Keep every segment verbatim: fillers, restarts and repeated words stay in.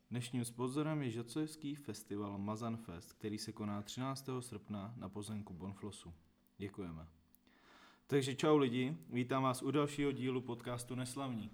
Dnešním sponzorem je žacojevský festival Mazan Fest, který se koná třináctého srpna na pozemku Bonflosu. Děkujeme. Takže čau lidi, vítám vás u dalšího dílu podcastu Neslavní.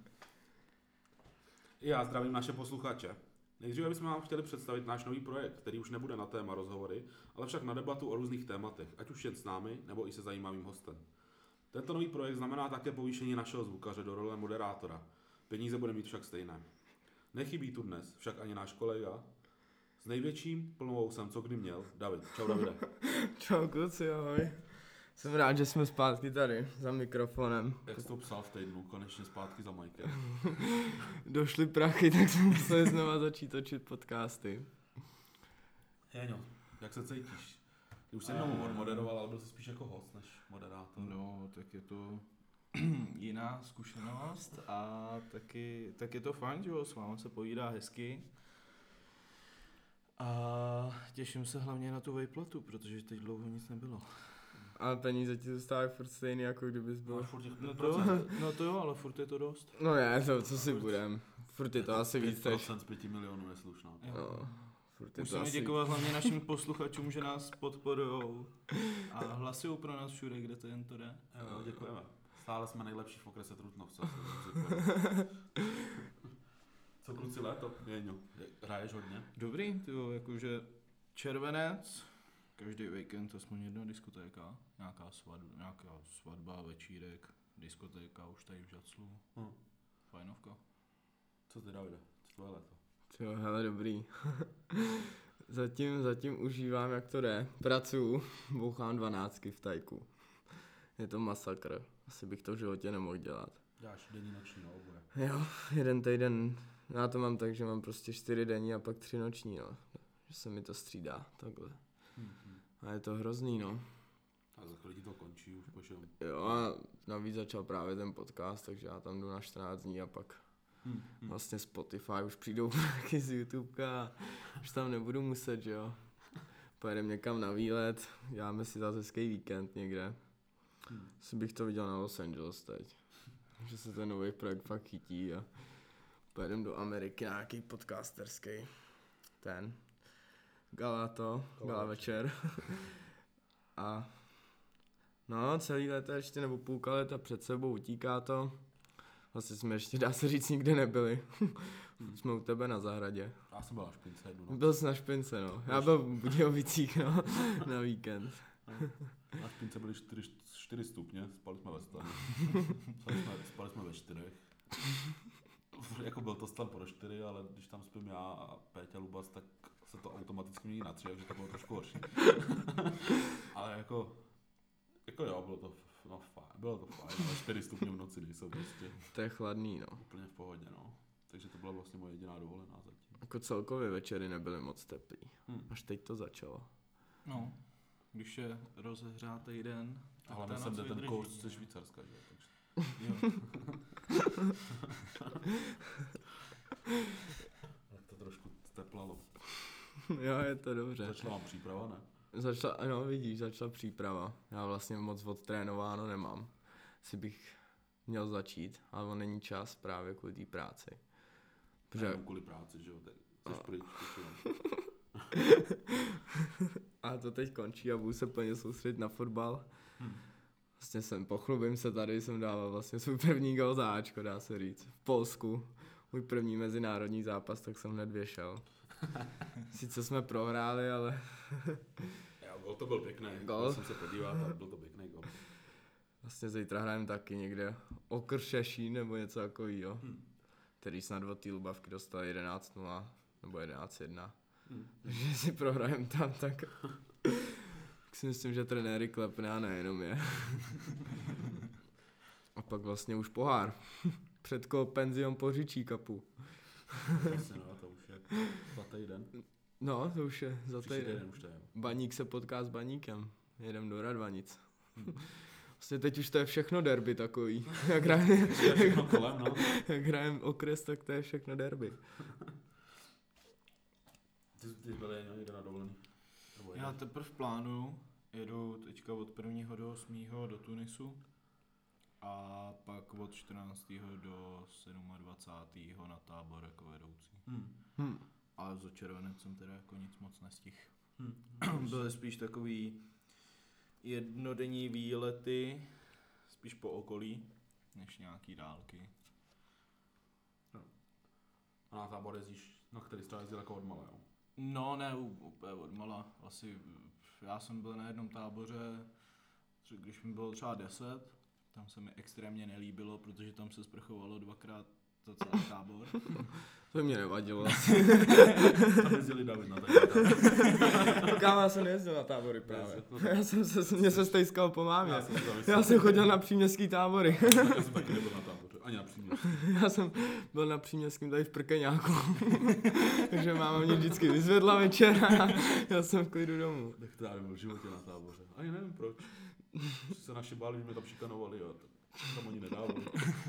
Já zdravím naše posluchače. Nejdříve bychom vám chtěli představit náš nový projekt, který už nebude na téma rozhovory, ale však na debatu o různých tématech, ať už jen s námi, nebo i se zajímavým hostem. Tento nový projekt znamená také povýšení našeho zvukaře do role moderátora. Peníze bude mít však stejné. Nechybí tu dnes však ani náš kolega s největším plnovousem, co kdy měl, David. Čau Davide. Čau kluci, ahoj. Jsem rád, že jsme zpátky tady za mikrofonem. Jak jsi to psal v týdnu, konečně zpátky za Mikem. Došly prachy, tak jsme museli znova začít točit podcasty. Jeňo, jak se cítíš? Ty už jsi jednou moderoval, ale byl jsi spíš jako host než moderátor. No, tak je to jiná zkušenost a taky, tak je to fajn, že jo, s vámi se povídá hezky. A těším se hlavně na tu vejplatu, protože teď dlouho nic nebylo. A peníze ti zůstávají furt stejný, jako kdybys byl. No to, no to jo, ale furt je to dost. No je, to co si budem. Furt je to asi víc pět procent z pěti milionů je slušná. No, furt je to musíme asi... děkovat hlavně našim posluchačům, že nás podporujou a hlasují pro nás všude, kde to jen to jde. Jo, děkujeme. Stále jsme nejlepší v okrese Trutnovce. Co kluci léto? Jeňo, hraješ hodně? Dobrý, tyjo, jakože červenec, každý víkend aspoň jedna diskotéka, nějaká svatba, nějaká svatba, večírek, diskotéka už tady v Žaclu, hmm. Fajnovka. Co ty, Davide? Co tvoje léto? Jo, hele, dobrý. zatím, zatím užívám, jak to jde. Pracuju, bouchám dvanáctky v tajku. Je to masakr. Asi bych to v životě nemohl dělat. Děláš denní noční, no, oboje. Jo, jeden týden. Já to mám tak, že mám prostě čtyři denní a pak tři noční, no. Že se mi to střídá, takhle. Hmm. A je to hrozný, no. A za chvíli ti to končí, už pošel. Jo, a navíc začal právě ten podcast, takže já tam jdu na čtrnáct dní a pak hmm. vlastně Spotify už přijdou taky z YouTubeka a už tam nebudu muset, že jo. Pojedeme někam na výlet, děláme si zase hezký víkend někde. Hmm. Asi bych to viděl na Los Angeles teď. Že se ten nový projekt fakt chytí a pojedeme do Ameriky na nějaký podcasterský ten gala to, gala večer. A no, celý léto ještě, nebo půlka léta před sebou utíká to. Vlastně jsme ještě, dá se říct, nikde nebyli. Jsme u tebe na zahradě. Já jsem byl na Špince jednu noc. Byl jsi na Špince, no. Já byl v Budějovicích, no, na víkend. Na Špince byly čtyři, čtyři stupně, spali jsme ve stanu. Spali jsme, spali jsme ve čtyřech. Jako byl to stan pro čtyři, ale když tam spím já a Péťa Lubas, tak se to automaticky mění na tři, takže to bylo trošku horší. Ale jako, jako jo, bylo to, no fajn, bylo to fajn, ale čtyři stupně v noci nejsou prostě. To je chladný, no. Úplně v pohodě, no. Takže to byla vlastně moje jediná dovolená zatím. Jako celkově večery nebyly moc teplý. Hmm. Až teď to začalo. No, když je rozehřátej den, tak ale ten jsem jde ten vydrží, kouř ze ne? Švýcarska, že? Takže... Jo. Tak to trošku steplalo. Jo, je to dobře. Začala vám příprava, ne? Začala, no vidíš, začala příprava. Já vlastně moc odtrénováno nemám. Si bych měl začít, ale on není čas právě kvůli té práci. Protože... Ne, kvůli práci, že jo, teď jsi a... pryč. A to teď končí a budu se plně soustředit na fotbal. Hmm. Vlastně jsem, pochlubím se tady, jsem dával vlastně svůj první gol za Ačko, dá se říct, v Polsku. Můj první mezinárodní zápas, tak jsem hned věšel. Sice jsme prohráli, ale... Jo, gol to byl pěkný, gol jsem se podívat a byl to pěkný gol. Vlastně zítra hrajeme taky někde Okr Šešín nebo něco takového, hmm. který snad od té Lubavky dostal jedenáct nula nebo jedenáct jedna. Hmm. Takže si prohrajeme tam, tak... tak si myslím, že trenéry klepne a nejenom je. A pak vlastně už pohár. Před kol penzion pořičí kapu. Vlastně no, to už je za týden. No, to už je za týden. týden už to je. Baník se potká s Baníkem. Jedem do Radvanic. Hmm. Vlastně teď už to je všechno derby takový. Jak hrajem, všechno kolem, no. Jak hrajem okres, tak to je všechno derby. Ty jsi byl někde na dovolený? Já teprve plánuju. Jedu teďka od prvního do osmého do Tunisu. A pak od čtrnáctého do dvacátého sedmého na tábor jako vedoucí. Hmm. Hmm. za červenec jsem teda jako nic moc nestihl. Hmm. Byly spíš takový jednodenní výlety, spíš po okolí, než nějaký dálky. A na tábor jezdíš, na který jsi třeba jezdil jako odmala, jo? No ne, úplně odmala. Asi já jsem byl na jednom táboře, když mi bylo třeba deset, tam se mi extrémně nelíbilo, protože tam se sprchovalo dvakrát za celý tábor. To mě nevadilo. Tam jezdili David na tábor. Kámo, já jsem nejezdil na tábory právě. Já jsem se, mě se stejskal po mámě. Já jsem, Já jsem chodil na příměstský tábory. Já jsem taky nebyl na táboře, ani na příměstí. Já jsem byl na příměstském tady v Prkeňáku. Takže máma mě vždycky vyzvedla večer a já jsem v klidu domů. Tak to já nebyl v životě na táboře. Ani nevím proč. Že se naši báli, že mě tam šikanovali a tam oni nedávali.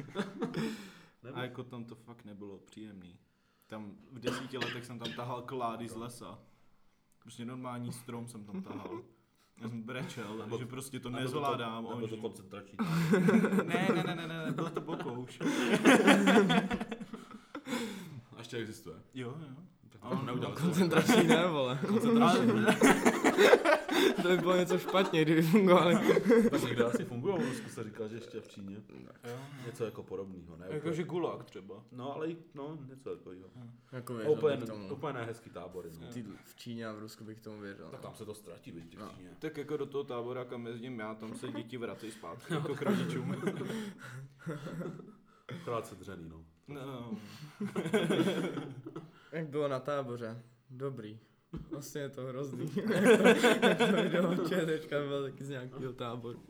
A jako tam to fakt nebylo příjemný. Tam v desíti letech jsem tam tahal klády z lesa. Prostě normální strom jsem tam tahal. Já jsem brečel, nebo, že prostě to nezvládám. Nebo to koncentrační. Ne, ne, ne, ne, ne, byl to pokouš. A ještě existuje. Jo, jo. Tak to neudělal. Koncentrační ne, vole. Koncentrační. To by bylo něco špatně, kdyby fungovaly. Tak někde asi fungují, v Rusku se říká, že ještě v Číně. Jo. Něco jako podobného, ne? Jakože gulag třeba. No, ale i, no, něco takového. Jako A věřil úplně, bych tomu. úplně ne hezký tábory, no. Ty v Číně a v Rusku bych tomu věřil. Tak tam se to ztratí, vidíte, v Číně. Tak jako do toho tábora, kam jezdím já, tam se děti vrací zpátky, jako k rodičům. Krátce dřený, no. No. Jak bylo na táboře? Dobrý. Vlastně je to hrozný. jak to, jak to video četečka bylo taky z nějakého táboru.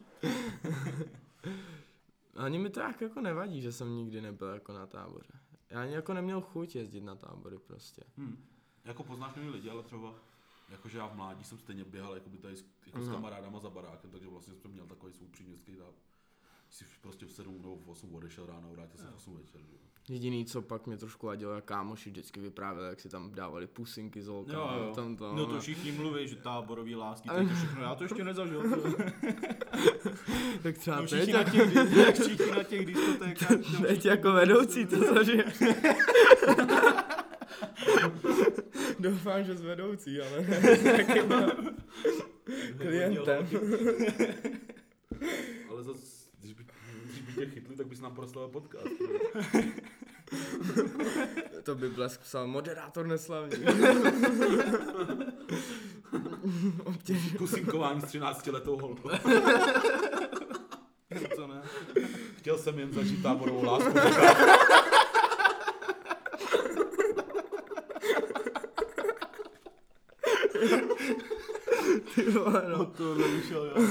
Ani mi to jak jako nevadí, že jsem nikdy nebyl jako na táboře. Já ani jako neměl chuť jezdit na tábory prostě. Hmm. Jako poznáš mě lidi, ale třeba jakože já v mládí jsem stejně běhal jako by tady s, jako s No. kamarádama za barákem, takže vlastně jsem měl takový svůj příměstský tábor. Si prostě v sedm nebo v osm odešel ráno, vrátil se v osm večer, že jo. Jediný, co pak mě trošku vadilo, jak kámoši vždycky vyprávěli, jak si tam dávali pusinky z holkama. Jo, jo. Tam to, No to všichni mluví, že táborový lásky, to je to všechno, já to ještě nezažil. Tak třeba No teď, všichni, na jako, těch, všichni na těch diskotékách. teď jako vedoucí to zažije. Doufám, že s vedoucí, ale ne s nějakým klientem. Ale zase, když by, když by tě chytli, tak bys nám proslavil podcast. To by Blesk psal, moderátor neslavný. Obtěž. Pusinkování s třináctiletou holkou. Co ne? Chtěl jsem jen zažít táborovou lásku. Ty vole, no. Tohle vyšel, jo.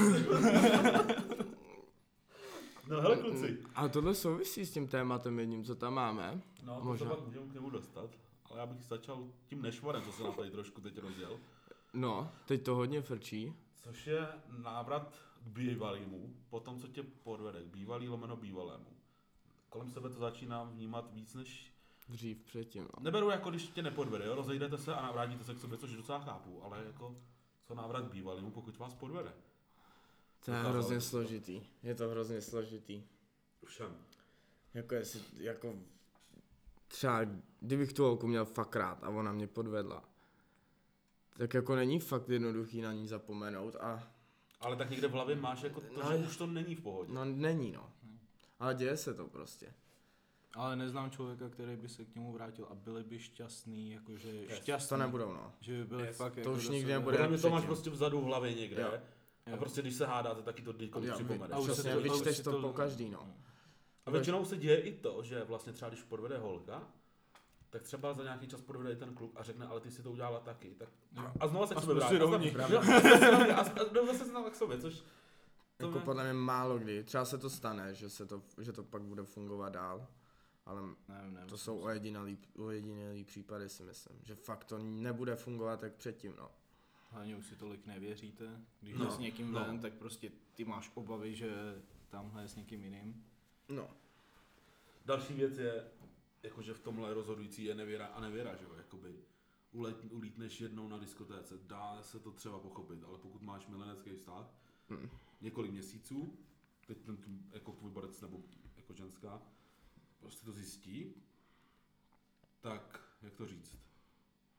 No hele kluci. A tohle souvisí s tím tématem jedním, co tam máme. No, to Možná. se pak můžeme k němu dostat. Ale já bych začal tím nešvarem, co se nám tady trošku teď rozděl. No, teď to hodně frčí. Což je návrat k bývalýmu, po tom, co tě podvede, k bývalý lomeno bývalému. Kolem sebe to začínám vnímat víc než... Dřív předtím, no. Neberu jako když tě nepodvede, jo? Rozejdete se a navrátíte se k sobě, což docela chápu, ale jako co návrat k bývalému, pokud vás podvede. To je hrozně složitý. Je to hrozně složitý. Všem. Jako jestli, jako třeba, kdybych tu holku měl fakt rád a ona mě podvedla, tak jako není fakt jednoduchý na ní zapomenout a... Ale tak někde v hlavě máš jako to, No, že už to není v pohodě. No není, no. Ale děje se to prostě. Ale neznám člověka, který by se k němu vrátil a byli by šťastný, jakože Yes, šťastný. to nebudou, no. Že by byli Yes, fakt to jako už za nikdy sebe. nebude. Podle mě to máš předtím. prostě vzadu v hlavě někde. Jo. A Jo. prostě když se hádáte, taky to teď Jo, vy- připomeneš. a už se Přesně, to- a už vyčteš se to to- po každý, no. A většinou se děje i to, že vlastně třeba když podvede holka, tak třeba za nějaký čas podvede i ten kluk a řekne, ale ty si to udělala taky. Tak... Jo. A znova se k A sobě jsme si vrátí. rovni. A znova- jo, a jsme si rovni. A a znova se znova k sobě, což... to Jako mě- podle mě málo kdy. Třeba se to stane, že, se to, že to pak bude fungovat dál. Ale Nevím, nevím. to jsou ojedinělý, ojedinělý případy, si myslím. Že fakt to nebude fungovat jak předtím, no. Hlavně už si tolik nevěříte. Když No, no, s někým no. ven, tak prostě ty máš obavy, že tamhle je s někým jiným. No. Další věc je, jakože v tomhle rozhodující je nevěra a nevěra, že jo, jakoby ulet, ulítneš jednou na diskotéce, dá se to třeba pochopit, ale pokud máš milenecký vztah, Mm. několik měsíců, teď ten jako tvůj borec nebo jako ženská, prostě to zjistí, tak, jak to říct,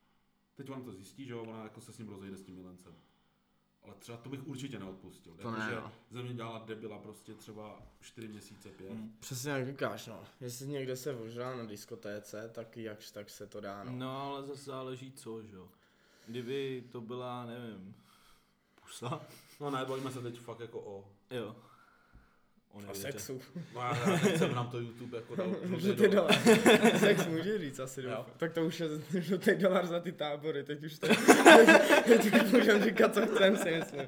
Teď on to zjistí, že jo, ona jako se s ním rozejde s tím milencem. Ale třeba to bych určitě neodpustil. To jako, ne, že no. ze mě dělala debila prostě třeba čtyři měsíce, pět. Hmm. Přesně jak říkáš, no. Jestli někde se ožral na diskotéce, tak jakž tak se to dá, no. No ale zase záleží co, že jo. Kdyby to byla, nevím, pusa. No ne, bavíme se teď fakt jako o... Jo. O A nevěře. sexu. No já, já nechcem nám to YouTube jako dal. Žlutý dolar. Sex může říct asi, Jo. doufám. Tak to už je žlutý dolar za ty tábory, teď už to... teď už můžeme říkat, co chcem, si myslím.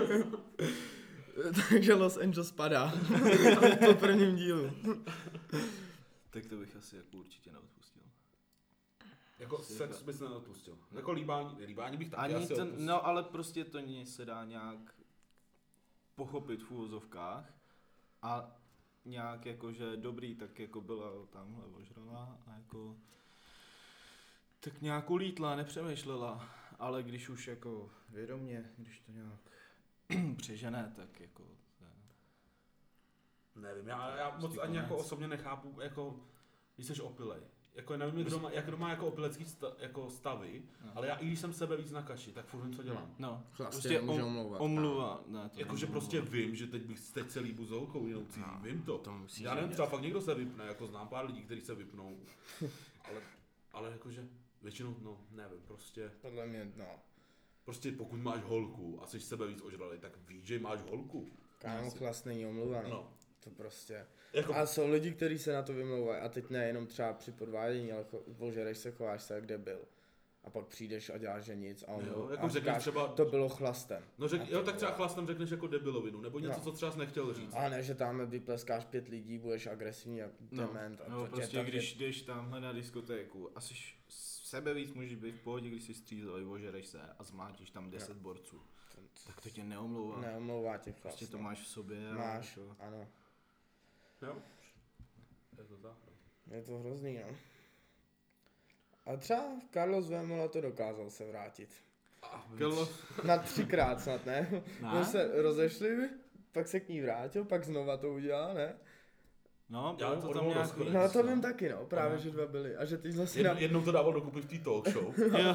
Takže Los Angeles padá. Po prvním dílu. Tak to bych asi jako určitě neodpustil. Jako sex bys neodpustil. Jako líbání, líbání bych taky Ani asi ten, odpustil. no ale prostě to nie se dá nějak pochopit v úvozovkách a nějak jako, že dobrý, tak jako byla tamhle ožrala a jako tak nějak ulítla, nepřemýšlela, ale když už jako vědomě, když to nějak přežené, tak jako to je- Nevím, já, já moc Prostě ani jako konec. osobně nechápu, jako, když jsi opilej. Jako nevím, kdo má, jak kdo má jako opilecký sta, jako stavy, No. ale já i když jsem sebe víc na kaši, tak furt vím, co dělám. No, Vlastně prostě nemůže om, omlouvat. omluva. Ne, to Jakože nemůžu prostě omlouvat. vím, že teď bych teď se líbu s holkou jinou cizí, No, vím to. to musíš Já nevím, vědět. třeba fakt někdo se vypne, jako znám pár lidí, kteří se vypnou, ale, ale jakože většinou, no nevím, prostě, Podle mě, no. prostě pokud máš holku a jsi sebe víc ožralý, tak víš, že máš holku. Kámo, chlast není omluva, no. No. To prostě. Jako, A jsou lidi, kteří se na to vymlouvají. A teď nejenom třeba při podvádění, ale cho- ožereš se, chováš se, jak kde byl. A pak přijdeš a děláš, že nic. A, on, Jo, a jako řekneš říkáš, třeba- to bylo chlastem. no řek, A ty jo, tak třeba vole. chlastem řekneš jako debilovinu, nebo něco, No. co třeba jsi nechtěl říct. A ne, že tam vypleskáš pět lidí, budeš agresivní jak No, dement. a no to tě prostě tak když jdeš tamhle na diskotéku a jsi sebe víc můžeš být v pohodě, když jsi střízlivý, ožereš se a zmátíš tam deset borců. Tak to tě neomlouvá. neomlouvá tě chlast. Prostě to no. máš v sobě. a Máš, jako- ano. Jo? Je to tak. Je to hrozný, no. A třeba Carlos Vémola to dokázal se vrátit. Kelo- Na třikrát snad, ne? Ne? On se rozešli, pak se k ní vrátil, pak znova to udělal, ne? No, Já bylo vím to o tam dvou nějaký. rozchodech. No to no. vím taky, no, právě, Aha. že dva byli. A že ty zase Jedno, na... jednou to dával dokupy v té talk show. Jo.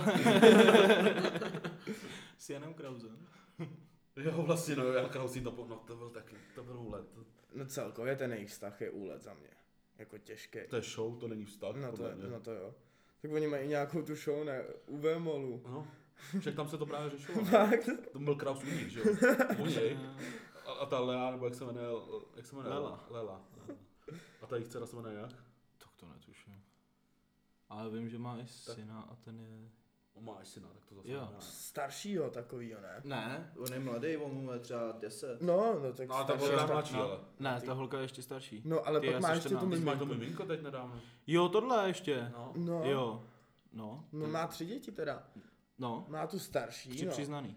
S Janem Krausem. Jo, vlastně, no, já Krausín to, po- no, to byl taky, to byl úlet. No celkově ten jejich vztah je úlet za mě. Jako těžký. To je show, to není vztah, No to, podle je, mě. no to jo. Tak oni mají nějakou tu show, ne? U Vémolu. No, však tam se to právě řešilo. Fakt? To byl Kraus u nich, že jo? U něj. A, a ta Lea, nebo jak se jmenuje, jak se jmenuje? Lela. Lela. A ta jejich dcera se jmenuje jak? Tak to netuším. Ale vím, že má i syna a ten je... On má až syna, tak to zase Jo. ne. Staršího takovýho, ne? Ne, on je mladý, on mu je třeba deset. No, no tak No, ale ta starší- holka je tak- mladší, ale. Ne, ta holka je ještě starší. No, ale Ty pak asi má ještě tu čtrnáct. Ty máš to miminko. miminko teď nedávno. Jo, tohle ještě. No. No, Jo. No. no ten- má tři děti teda. No. Má tu starší, Tři no. přiznaný.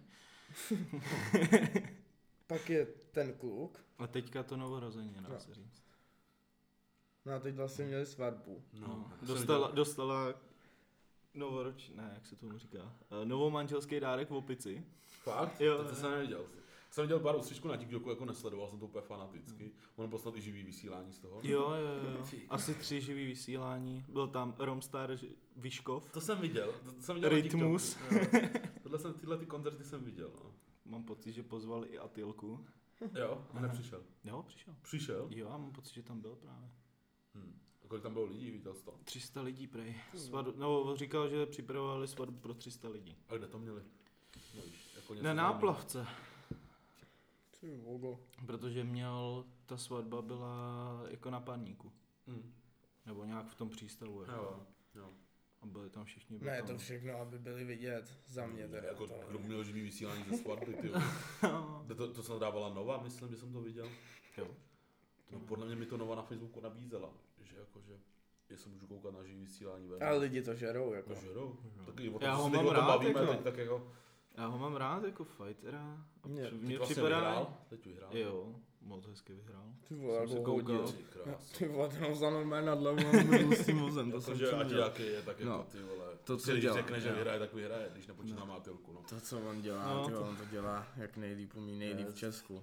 Pak je ten kluk. A teďka to novorození, dá No. se říct. No a teď vlastně měli svatbu. No. No. jsem Dostala, viděl- dostala novoroční, ne, jak se tomu říká, eh, novomanželský dárek v opici. Fakt? Jo. To, to jsem neviděl. Jsem viděl pár ústřičku na TikToku, jako nesledoval jsem to úplně fanaticky. Ono poslat i živý vysílání z toho. Jo, jo, jo. Asi tři živý vysílání. Byl tam Romstar Ž- Vyškov. To jsem viděl, to, to jsem viděl na Rytmus. TikToku. Jo. Tohle jsem, tyhle ty koncerty jsem viděl, no. Mám pocit, že pozvali i Atilku. Jo, a nepřišel. Jo, přišel. Přišel? Jo, já mám pocit, že tam byl právě. Hm. A kolik tam bylo lidí, viděl jsi to? tři sta lidí prej. Svadu, no, říkal, že připravovali svatbu pro tři sta lidí. A kde to měli? No, víš, jako něco Na náplavce. Ty vogo. Protože měl, ta svatba byla jako na parníku. Hm. Nebo nějak v tom přístavu. Jako. Jo, jo. A byli tam všichni. Ne, tam. to všechno, aby byli vidět. Za mě teda. Jako, to, kdo měl živý vysílání ze svatby, ty jo. To, to, to jsem dávala Nova, myslím, že jsem to viděl. Jo. No, podle mě mi to Nova na Facebooku nabízela, že jakože, jestli můžu koukat na živý vysílání ven. ale lidi to žerou, jako. To žerou. Taky o Já tom, ho se teď mám o tom rád, bavíme, jako. teď tak jako. Já ho mám rád jako fightera. A Mě- při- Teď Mně vlastně připadá... vyhrál, teď vyhrál. Jo, moc hezky vyhrál. Ty vole, Jsem se jako koukal. hodil. Ty krás. Ty vole, ten ho vzal normálně nad hlavou a mluvil s tím vozem, to jsem Jakože ať viděl. jaký je, tak jako No. ty vole. To, To, co když dělá, řekne, že jo. vyhraje, tak vyhraje, když nepočítá mátilku, no. To, co on dělá, No, ty to- vole, on to dělá jak nejlíp umí, nejlíp v Česku.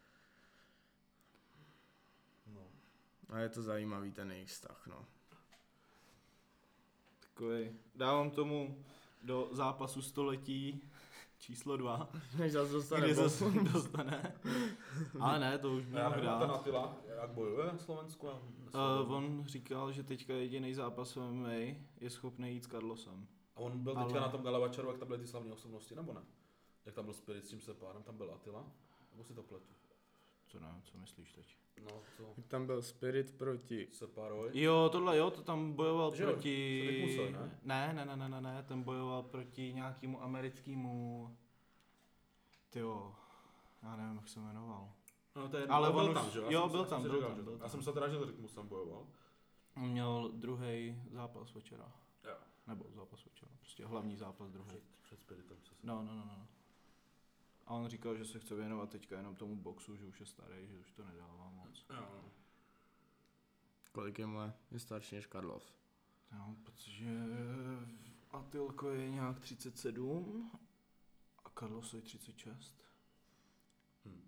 no. A je to zajímavý ten jejich vztah, no. Takový. Dávám tomu do zápasu století číslo dva, Než zase dostane kde bol. zase dostane. Ale ne, to už A já měl nevím, ten hrát. Attila, jak bojuje na Slovensku? A Uh, on říkal, že teďka jediný zápas v M M A je schopný jít s Carlosem. A on byl teďka ale- na tom Galavačaru, jak tam byly ty slavné osobnosti, nebo ne? Jak tam byl Spirit s tím Sepárem, tam byl Attila? Nebo si to pletu? Co nevím, co myslíš teď? No, co? Tam byl Spirit proti. Sepárovi? Jo, tohle jo, to tam bojoval Že jo, proti... se musel, ne? ne? Ne, ne, ne, ne, ne, ten bojoval proti nějakému americkému... Tyjo, já nevím, jak se jmenoval. No, to je, Ale ale on byl už- tam, že jo? jo, Já jsem- byl já jsem tam, si byl říkal, tam, že- byl Já tam. jsem se teda, že Rytmus tam bojoval. On měl druhý zápas večera. Jo. Nebo zápas večera, prostě hlavní zápas druhý. Před, před Spiritem se No, no, no, no. A on říkal, že se chce věnovat teďka jenom tomu boxu, že už je starý, že už to nedává moc. Jo, no. Kolik je moje? Je starší než Carlos. Já mám pocit, že Atilko je nějak třicet sedm a Carlos je třicet šest. Hm.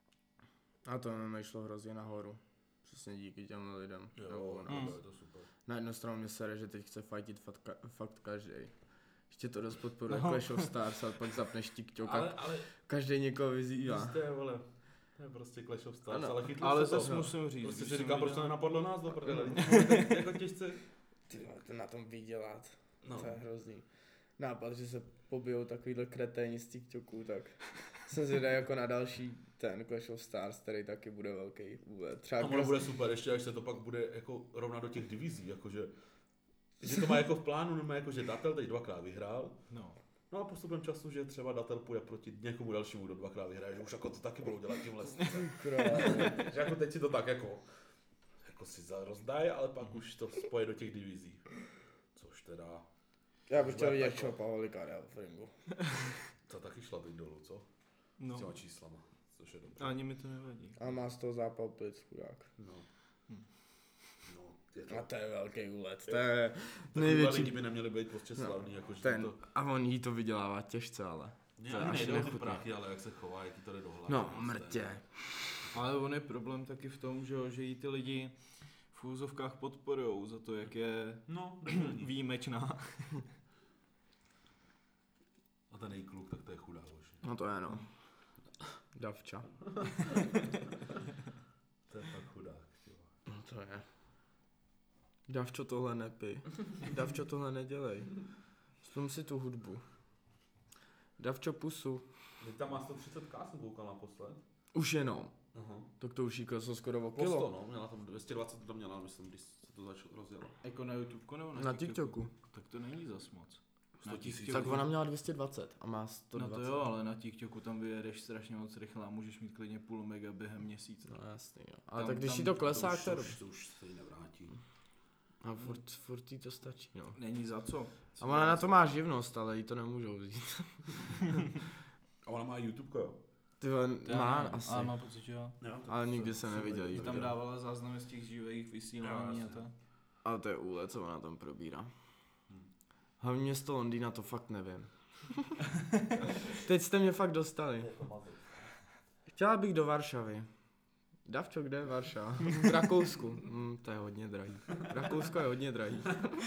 A to mi šlo hrozně nahoru. Přesně díky těm lidem. Jo, Nebo no, Mm. to je to super. Na jednu stranu mě sere, že teď chce fightit fakt, ka- fakt každý. Ještě to dost podporuje No. Clash of Stars a pak zapneš TikTok Ale, a ale, každý někoho vyzývá. jste, vole, to je prostě Clash of Stars, Ano. ale chytli Ale se zase to. musím říct, Prostě když si jsem říká, proč to viděl- nenapadlo nás do prdele. Jako těžce. Ty vole, to na tom vydělat. No. To je hrozný. Nápad, že se pobijou takovýhle kreténi z TikToku, tak jsem zvědavý jako na další ten Clash of Stars, který taky bude velký. Bude třeba A ono Gros- bude super, ještě až se to pak bude jako rovnat do těch divizí, jakože že to má jako v plánu, nemá jako, že Datel teď dvakrát vyhrál, No. no a postupem času, že třeba Datel půjde proti někomu dalšímu, kdo dvakrát vyhraje, že už jako to taky budou dělat tímhle stylem. Že jako teď si to tak jako, jako si za- rozdají, ale pak už to spoje do těch divizí. Což teda, Já bych chtěl bude vidět jako- Chopa Holikárda v ringu. to taky šla teď dolů, co? S těma No. číslama, což je dobře. Ani mi to nevadí. A má z toho zápal plic, chudák. No. Hm. No, je to... A to je velký úlet, to je Takovýhle největší lidi by neměli být prostě slavný, jako že ten. to... A on jí to vydělává těžce, ale. Ne, To je ani až nejde o ty nechutný. prachy, ale jak se chová, jaký to jde do hlavy. No, prostě. mrtě. Ale on je problém taky v tom, že, jo, že jí ty lidi v úzovkách podporujou za to, jak je No, debilní. výjimečná. A ten její kluk, tak to je chudá lož. No to je no. Davča. To je fakt chudák, ty vole. No to je. Davčo tohle nepij. Davčo tohle nedělej. Spom si tu hudbu. Davčo pusu. Teď tam má sto třicet ká, jsem koukal naposled. Už jenom. Aha. Tak to už jí kleslo skoro o Po sto, kilo. no, měla tam dvě stě dvacet, to měla, myslím, když se to začalo rozjelo. Jako na YouTube nebo na, Na TikToku. Tak to není zas moc. sto Na tisíc. TikToku. Tak ona měla dvě stě dvacet a má sto No dvacet. to jo, ale na TikToku tam vyjedeš strašně moc rychle a můžeš mít klidně půl mega během měsíce. No jasný, jo. Ale Tam- tak když tam jí to to klesá, už, to, to, už, to už se jí nevrátí. a furt, furt jí to stačí, no. Není za co. A ona na to má živnost, ale jí to nemůžou vzít. A ona má YouTube, jo? Ty vole, Já má nevím, asi. Ale má pocit, že jo. jo tak Ale to nikdy se- jsem to neviděl jí. Že tam dávala záznamy z těch živých vysílání Jo, a jasně. to. Ale to je úlet, co ona tam probírá. Hmm. Hlavně město Londýna to fakt nevím. Teď jste mě fakt dostali. Chtěla bych do Varšavy. Davčo, kde je Varšava? V Rakousku. Hmm, to je hodně drahý. Rakousko je hodně drahý.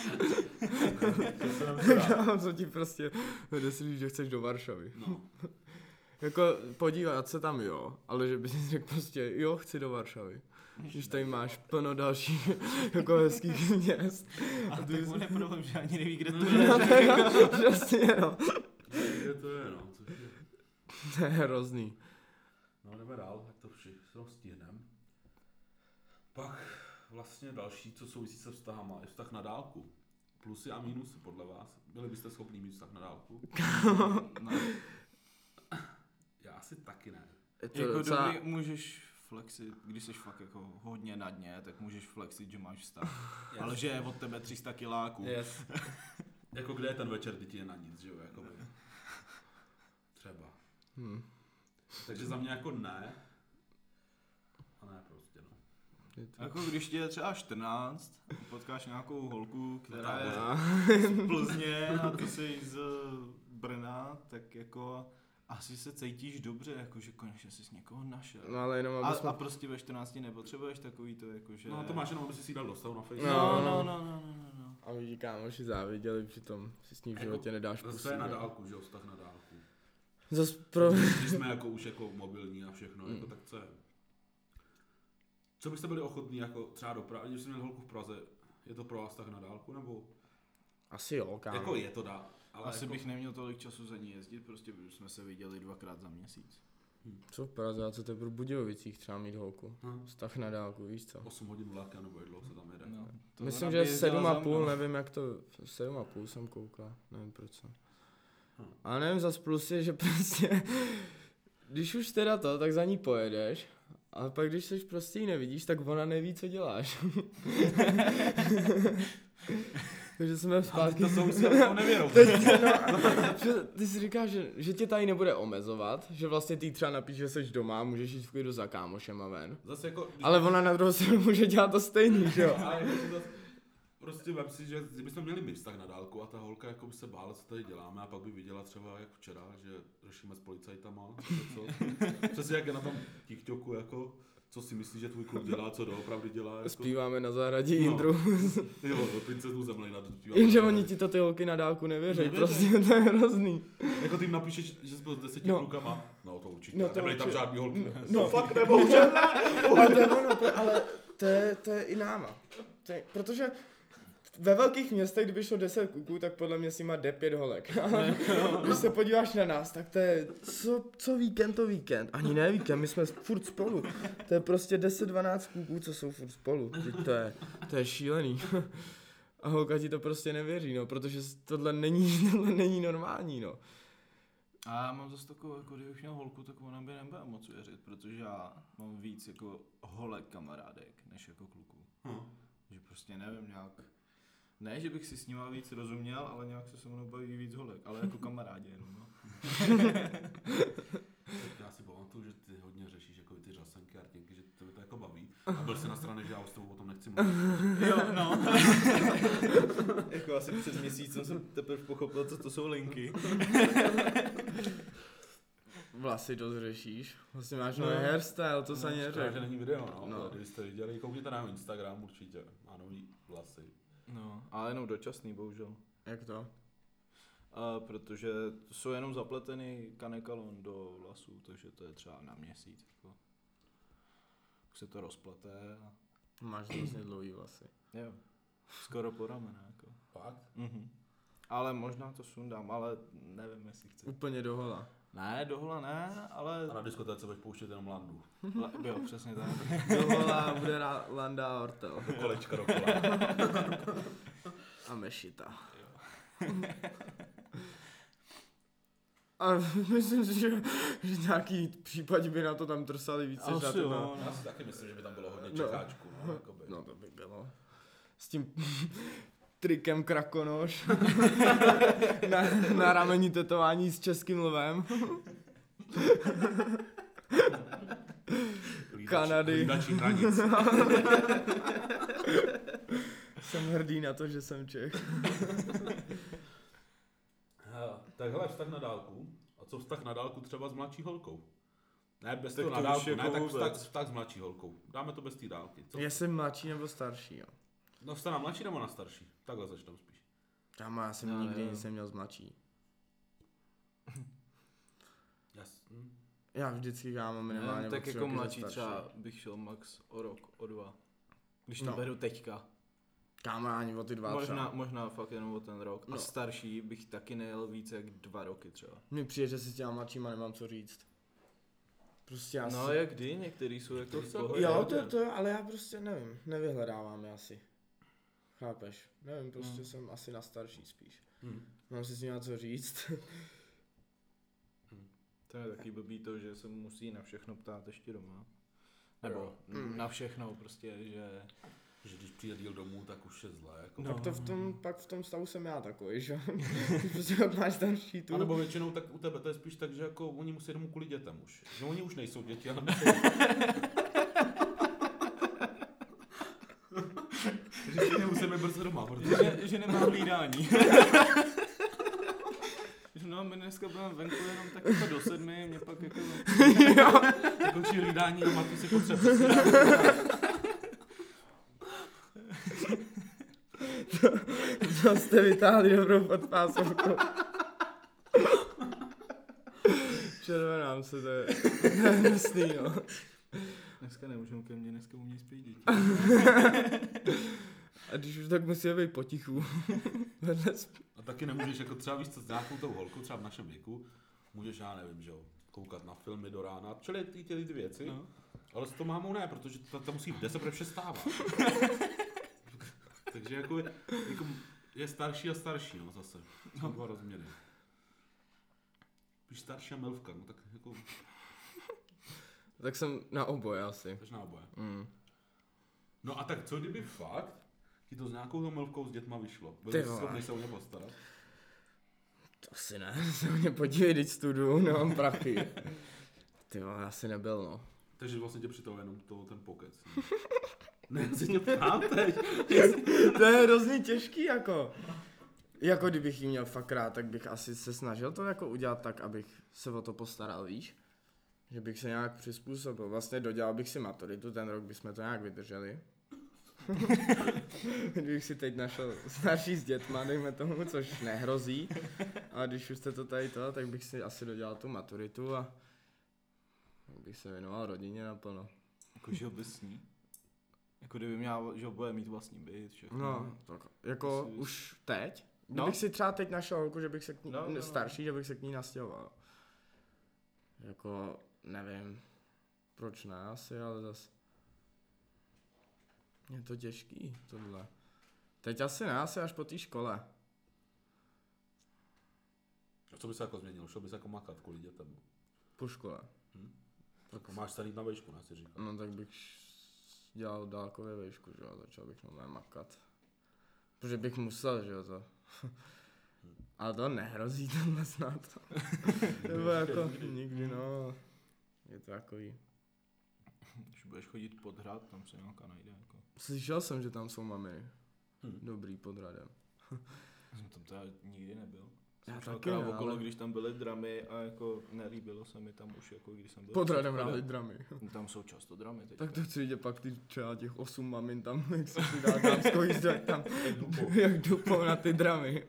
Kámo, co ti prostě vede si říct, že chceš do Varšavy. No. Jako podívat se tam jo, ale že bys si řekl prostě jo, chci do Varšavy. Když tady máš plno dalších jako hezkých měst. A tak on je problém, že ani neví, kde to No, je. to je přesně no. Kde to je, no, což je... To je hrozný. No, jdeme dál, tak to všechno stihneme. Pak vlastně další, co souvisí se vztahama, je vztah na dálku. Plusy a mínusy podle vás. Byli byste schopni mít vztah na dálku? No. Já asi taky ne. Je to Jako docela... dobrý, můžeš flexit, když jsi fakt jako hodně na dně, tak můžeš flexit, že máš vztah. Yes. Ale že je od tebe tři sta kiláků. Yes. Jako kde je ten večer, kdy ti je na nic, že jo, jakoby. Třeba. Hmm. Takže za mě jako ne. A ne prostě, no. Je to... Jako když ti je třeba čtrnáct, potkáš nějakou holku, která je A... z Plzně a ty jsi z Brna, tak jako asi se cítíš dobře, jakože konečně jsi někoho našel. No ale jenom, A, aby jsme... a prostě ve čtrnácti nepotřebuješ takový to, jakože... No to máš jenom, aby si si dal dostal na Facebook. No, no, no, no, no, no, no. A lidi kámoši záviděli, přitom si s ním v životě nedáš pustit. Zase je na dálku, že jo, vztah na dálku. Zas pro... Když jsme jako už jako mobilní a všechno, Mm. jako tak co je? Co byste byli ochotní jako třeba do Prahy, když jste měli holku v Praze, je to pro vás tak na dálku, nebo? Asi jo, kámo. Jako je to dá, ale Asi jako... bych neměl tolik času za ní jezdit, prostě jsme se viděli dvakrát za měsíc. Co v Praze, a co to je pro Budějovicích třeba mít holku? Hm. Vztah na dálku, víš co? osm hodin vlakem, nebo jak dlouho se tam jede. No, to Myslím, ona že by jezdila sedm a za půl, mnou. nevím jak to, sedm a půl jsem koukal, nevím proč co. Hm. A nevím, zas plus je, že prostě, když už teda to, tak za ní pojedeš, ale pak když seš prostě ji nevidíš, tak ona neví, co děláš. Takže jsme zpátky. To jsou si jako nevěrou. Že ty si říkáš, že, že tě tady nebude omezovat, že vlastně ty třeba napíš, že jsi doma, můžeš jít v klidu za kámošem a ven. Zase jako... když- Ale ona na druhou stranu může dělat to stejný, že jo? Ale jako si zase, prostě vem si, že kdybychom měli my vztah na dálku a ta holka jako by se bála, co tady děláme a pak by viděla třeba jak včera, že řešíme s policajtama, co, přesně jak je na tom TikToku, jako, co si myslíš, že tvůj klub dělá, co doopravdy dělá, jako, Zpíváme na zahradě No. Indru. jo, do princezu Zemlina to zpíváme. Jenže oni ti to ty holky na dálku nevěří, Nevěří. prostě to je hrozný. Jako ty jim napíšeš, že jsi byl s deseti No. klukama, no to určitě, No no, to to nebyly tam určitě. žádný holky. No. fakt nebohužel ne. Ale to je ono, pro- ale to je, to je i náma. To je, protože ve velkých městech, kdyby šlo deset kluků, tak podle mě si má jde pět holek. Ale když se podíváš na nás, tak to je, co, co víkend to víkend. Ani ne víkend, my jsme furt spolu. To je prostě deset dvanáct kluků, co jsou furt spolu. Vždyť To je, to je šílený. A holka ti to prostě nevěří, no, protože tohle není, tohle není normální, no. A já mám zase takovou, jako kdybych měl holku, tak ona by nebyla moc věřit, protože já mám víc jako holek kamarádek, než jako kluků. Hm. Že prostě nevím, nějak, ne, že bych si s nima víc rozuměl, ale nějak se se mnou baví víc holek, ale jako kamarádi jenom, no. Já si pamatuju, že ty hodně řešíš jako ty řasenky a rtěnky, že tebe to jako baví. A byl jsi na straně, že já s tebou o tom nechci mluvit. Jo, no. Jako asi před měsícem jsem teprve pochopil, co to jsou linky. Vlasy dost řešíš. Vlastně máš No. nový hairstyle, to se No, ani škoda, že neřekl. není video, no, No. ale kdybyste viděli, koukněte na jeho Instagram určitě, má nový vlasy. No, ale jenom dočasný, bohužel. Jak to? A protože to jsou jenom zapletený kanekalon do vlasů, takže to je třeba na měsíc. Jako. Už se to rozplete a... Máš vlastně dlouhý vlasy. Jo, skoro po ramena, jako. Fakt? Mhm. Ale možná to sundám, ale nevím, jestli chci. Úplně dohola. Ne, dohola ne, ale... A na diskotéce budeš pouštět jenom landu. Le, jo, přesně tak. Dohola bude ra- Landa Ortel. Do kolečka dokola. A mešita. A myslím si, že, že nějaký případ by na to tam trsali více. než na Asi to, jo, Já no. si taky myslím, že by tam bylo hodně No. čekáčků, no, jakoby. No to by bylo. S tím trikem krakonoš. na, na rameni tetování s českým lvem. Hlídači- Kanady. hlídači hranic. Jsem hrdý na to, že jsem Čech. Hele, tak hele, vztah na dálku. A co vztah na dálku třeba s mladší holkou? Ne, bez Tak toho to na už dálku, jako ne, tak vůbec. vztah, vztah s mladší holkou. Dáme to bez té dálky. Co? Jestli mladší nebo starší, jo. No vztah na mladší nebo na starší? Takhle začneme spíš. Kámo, já jsem No, nikdy jo. nic neměl s mladší. Jas. Hm. Já vždycky kámo minimálně Ne, o tak tři jako roky za mladší starší. třeba bych šel max o rok, o dva. Když to No. beru teďka. Kámo, ani o ty dva Možná, třeba. možná fakt jenom o ten rok. A No. starší bych taky nejel více jak dva roky třeba. Mně přijde, že si s těma mladšíma nemám co říct. Prostě já No si... jak kdy, některý jsou jako v jsou- pohodě. Jo, to, to, ale já prostě nevím, nevyhledávám je asi. Chápeš? Nevím, prostě Hmm. jsem asi na starší spíš. Hm. Mám si s nima co říct. To je taky blbý to, že se musí na všechno ptát ještě doma. Nebo Jo. n- na všechno prostě, že... Že když přijde díl domů, tak už je zlé. Jako. No. Pak to v tom, pak v tom stavu jsem já takový, že? Prostě jak máš starší tu. A nebo většinou tak u tebe to je spíš tak, že jako oni musí domů kvůli dětem už. Že oni už nejsou děti, ale že nemusíme brzo doma, protože... že, že nemá hlídání. No No, my dneska budeme venku jenom tak jako do sedmi, mě pak jako... Jako či hlídání a matky si potřebuje. to, to jste vytáhli dobrou podpásovku. Červenám se, to je, to je hnusný, no. Dneska nemůžeme ke mně, dneska umějí spít děti. A když už tak musíme být potichu. A taky nemůžeš jako třeba víc co s nějakou tou holkou, třeba v našem věku, můžeš, já nevím, že jo, koukat na filmy do rána, čili ty, ty, ty věci, no. Ale s tou mámou ne, protože ta, ta musí v deset protože vstává. Takže jako, jako je starší a starší, no zase, jsou no. Dva rozměry. Když starší a milvka, no tak jako... Tak jsem na oboje asi. Jsi na oboje. Mm. No a tak co kdyby fakt ti to s nějakou tou milvkou s dětma vyšlo? Byl jsi schopný se o ně postarat? To asi ne, se o mě podívej, když studuju, nemám prachy. Ty vole, asi nebyl, no. Takže vlastně tě přitahuje jenom to, ten pokec. Ne, já se tě ptám teď. To je hrozně těžký, jako. Jako kdybych jí měl fakt rád, tak bych asi se snažil to jako udělat tak, abych se o to postaral, víš? Že bych se nějak přizpůsobil. Vlastně dodělal bych si maturitu, ten rok bychom to nějak vydrželi. Kdybych si teď našel starší s dětma, dejme tomu, což nehrozí. A když už jste to tady to, tak bych si asi dodělal tu maturitu a bych se věnoval rodině naplno. Jako žil bys s ní? Jako kdyby měl, že bude mít vlastní byt, všechno. No, tak jako Jsi... už teď? No? Kdybych si třeba teď našel holku, že bych se k ní, no, no, no. starší, že bych se k ní nastěhoval. Jako, nevím, proč ne asi, ale zas je to těžký, tohle. Teď asi ne, asi až po té škole. A co by se jako změnilo? Šel bys jako makat kvůli dětem? Po škole. Hm? Tak máš se jít na vejšku, ne, si říkal. No tak bych dělal dálkově vejšku, že jo, začal bych normálně makat. Protože bych musel, že jo, to. Ale to nehrozí tenhle snad. Nebo jako nikdy, no. Je to takový. Když budeš chodit pod hrad, tam se nějaká najde. Jako. Slyšel jsem, že tam jsou mami. Hmm. Dobrý pod hradem. Jsem tam teda nikdy nebyl. Já Jsem taky šel ne, okolo, ale... když tam byly dramy a jako nelíbilo se mi tam už, jako když jsem byl. Pod hradem hráli dramy. Tam jsou často dramy teď. Tak to chci vidět pak ty třeba těch osm mamin tam, jak se si dá dámskou jízdu, jak tam, jak dupou na ty dramy.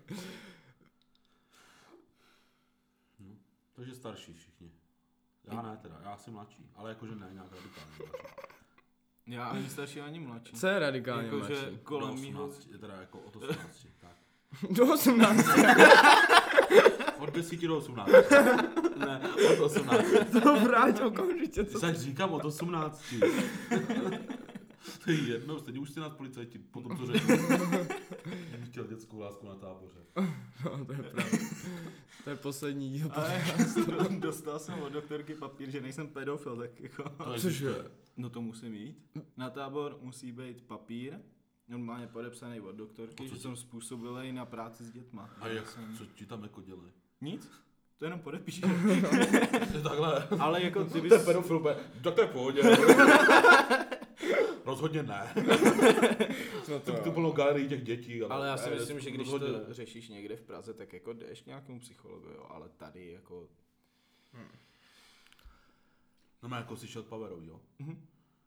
No, takže starší všichni. Já ne teda, já jsem mladší, ale jakože ne, nějak radikálně mladší. Já ani starší, ani mladší. Co je radikálně jako, mladší? Že kolem do mýho... osmnácti, teda jako od osmnácti, tak. Do osmnácti. Od deseti do osmnácti. Ne, od osmnácti. To vráť okamžitě. Ty se říkám od osmnácti. To je jedno, stejně už jste nás policajti, potom to řeknu. Jsem chtěl dětskou lásku na táboře. No, to je pravda. To je poslední díl. Ale dostal jsem od doktorky papír, že nejsem pedofil, tak jako... Cože? No to musím jít. Na tábor musí být papír, normálně podepsaný od doktorky, že jsem způsobilý na práci s dětma. A jak, jsem... co ti tam jako dělají? Nic? To jenom podepíš. Takhle. Ale jako ty bys... To je pedofil, tak to je v pohodě. Rozhodně ne. No to, to bylo galerii těch dětí. Ale, ale já si ne, myslím, že když rozhodně to ne. řešíš někde v Praze, tak jako jdeš k nějakému psychologu, jo, ale tady jako... Hmm. No má jako si šel Paverou, jo? Mhm.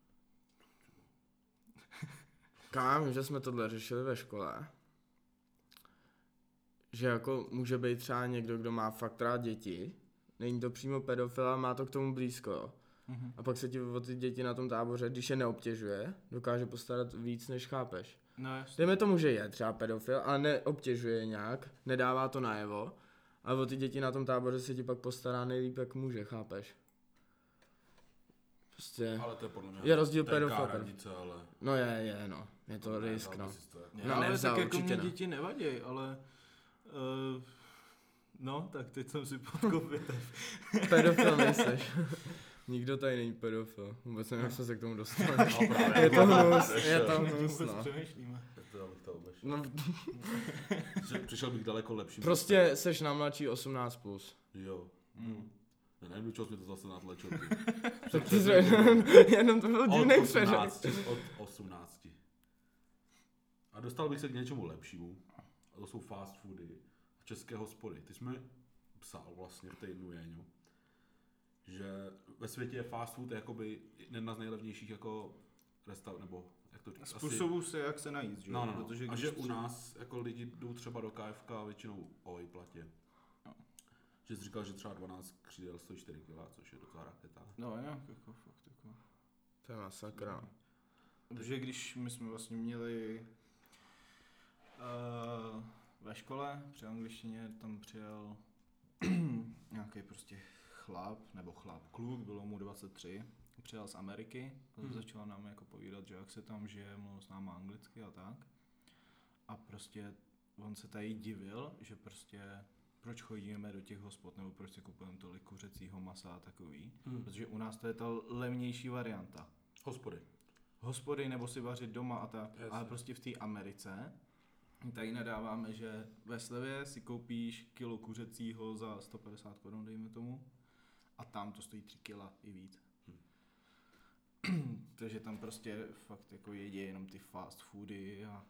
Kam, že jsme tohle řešili ve škole. Že jako může být třeba někdo, kdo má fakt rád děti. Není to přímo pedofil, ale má to k tomu blízko, jo. Mhm. A pak se ti o ty děti na tom táboře, když je neobtěžuje, dokáže postarat víc, než chápeš. No jasně. Dejme tomu, že je třeba pedofil, ale neobtěžuje je nějak, nedává to najevo, ale o ty děti na tom táboře se ti pak postará nejlíp, jak může, chápeš? Prostě Ale to je podle mě je rozdíl tenká pedofil. hranice, ale... No je, je, no. Je to ne, risk, no. to jako... Ne, No, ale nevzal, tak jako určitě mě ne. děti nevadí, ale... Uh, no, tak teď jsem si podkopil. Pedofil nejseš. Nikdo tady není pedofil. Vůbec nevím, jak jsme se k tomu dostali. No, právě, Je to právě, hnus, právě, je to právě. hnus, Vůbec no. přemýšlíme. To bych to obešel. No, Že Přišel bych daleko lepší. prostě seš na mladší osmnáct plus. Jo. Mm. Ne, nevím, do čeho jsi mi to zase natlačil. Tak ty jsi jenom to byl divný Od přeřek. osmnácti. Od osmnácti. A dostal bych se k něčemu lepšímu. A to jsou fast foody. České hospody. Ty jsme psal vlastně v týdnu Jeňo, že ve světě je fast food jakoby jedna z nejlevnějších jako restaur, nebo jak to říct, Způsobů se, jak se najíst, že? No, no, no. Protože a když že třeba- u nás jako lidi jdou třeba do K F K a většinou o výplatě. No. Že jsi říkal, že třeba dvanáct křídel stojí čtyři kila, což je docela raketa. No, nějak jako fakt jako. To je masakra. Protože když my jsme vlastně měli uh, ve škole při angličtině, tam přijel nějaký prostě chlap, nebo chlap, kluk, bylo mu dvacet tři, přijel z Ameriky, Hmm. začal nám jako povídat, že jak se tam žije, mluvil s náma anglicky a tak. A prostě on se tady divil, že prostě proč chodíme do těch hospod, nebo proč si kupujeme tolik kuřecího masa a takový, Hmm. protože u nás to je ta levnější varianta. Hospody. Hospody nebo si vařit doma a tak, Jasně. ale prostě v té Americe tady nadáváme, že ve slevě si koupíš kilo kuřecího za sto padesát korun, dejme tomu, a tam to stojí tři kila i víc. Takže tam prostě fakt jako jedí jenom ty fast foody a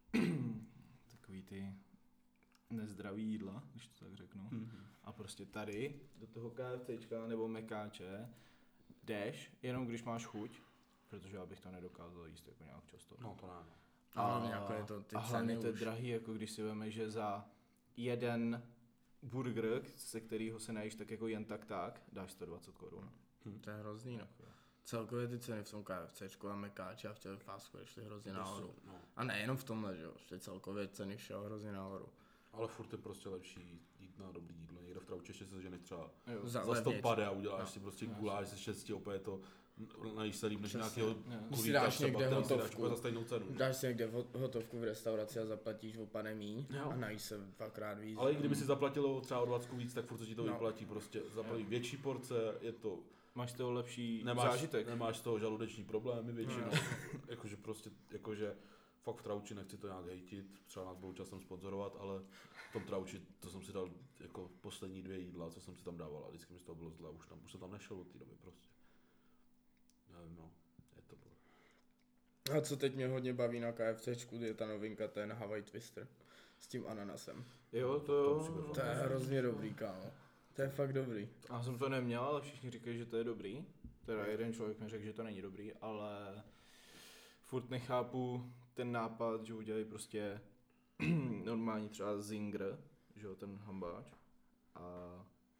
takový ty nezdravý jídla, když to tak řeknu. Hmm. A prostě tady do toho KFCčka nebo mekáče jdeš jenom když máš chuť, protože já bych to nedokázal jíst jako nějak často. No to ne. no. A hlavně jako je to ty a hlavně ceny to je už. drahý, jako když si veme, že za jeden burger, se kterého se najíš tak jako jen tak tak, dáš sto dvacet korun. To je hrozný, no. Celkově ty ceny v tom KFCčku a mekáči a v těch fast food šly hrozně To nahoru. jsou- no. A nejenom v tomhle, že jo, šly celkově ceny šly hrozně nahoru. Ale furt je prostě lepší jít na dobrý jídlo. Někde v Trauče ještě se ženeš třeba Jo. Za- za sto levnější. pade a uděláš No. si prostě No, guláš ze šesti, opět to najíš se líp než Přesně. nějakého Jo. Když si kulíka dáš třeba, někde který si dáš hotovku. úplně za stejnou cenu. Dáš si někde hot- hotovku v restauraci a zaplatíš o pane míň Jo. a najíš se dvakrát víc. Ale i kdyby si zaplatilo třeba o dvacet víc, tak furt se ti to No. vyplatí prostě. Zaplatí Jo. větší porce, je to, Máš toho lepší nemáš, zážitek. nemáš z toho žaludeční problémy většinou. No. jakože prostě, jakože fakt v Trauči nechci to nějak hejtit, třeba nás budou časem sponzorovat, ale v tom Trauči, to jsem si dal jako poslední dvě jídla, co jsem si tam dával a vždycky mi z toho bylo zle, už, tam, už jsem tam nešel od té doby prostě. Nevím, no, je to bylo. A co teď mě hodně baví na KFCčku, je ta novinka, ten Hawaii Twister s tím ananasem. Jo, to To jo. musí být To je hrozně dobrý, kámo. To je fakt dobrý. Já jsem to neměl, ale všichni říkají, že to je dobrý. Teda jeden člověk mi řekl, že to není dobrý, ale furt nechápu ten nápad, že udělají prostě normální třeba zinger, že jo, ten hambáč, a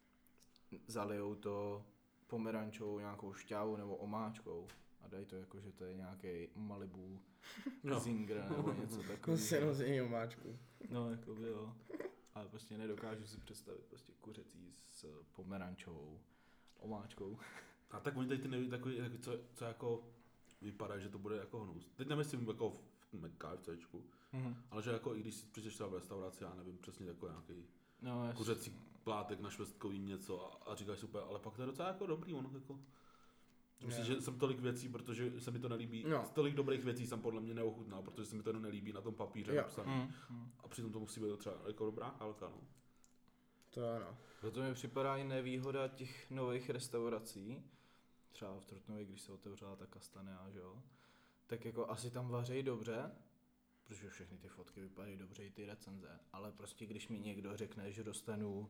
zalijou to pomerančovou nějakou šťávou nebo omáčkou a dají to jako, že to je nějaký Malibu No. zinger nebo něco Kusy takového. rozdění omáčku. No, jako by jo. Ale prostě nedokážu si představit prostě kuřecí s pomerančovou omáčkou. A tak oni tady ty neví takový, jako co, co jako vypadá, že to bude jako hnus. Teď nemyslím jako v KFCčku, Mhm. ale že jako i když si přijdeš třeba v restauraci, já nevím přesně jako nějaký No, jasně. kuřecí plátek na švestkový něco a, a říkáš super, ale pak to je docela jako dobrý, ono jako. Myslím, Ne. že jsem tolik věcí, protože se mi to nelíbí, No. tolik dobrých věcí jsem podle mě neochutnal, protože se mi to jenom nelíbí na tom papíře Jo. napsané. Mm, mm. A přitom to musí být třeba jako dobrá kalka, no. To ano. Proto mi připadá i nevýhoda těch nových restaurací, třeba v Trutnově, když se otevřela ta Kastanea, že jo, tak jako asi tam vařejí dobře, protože všechny ty fotky vypadají dobře, i ty recenze, ale prostě když mi někdo řekne, že dostanu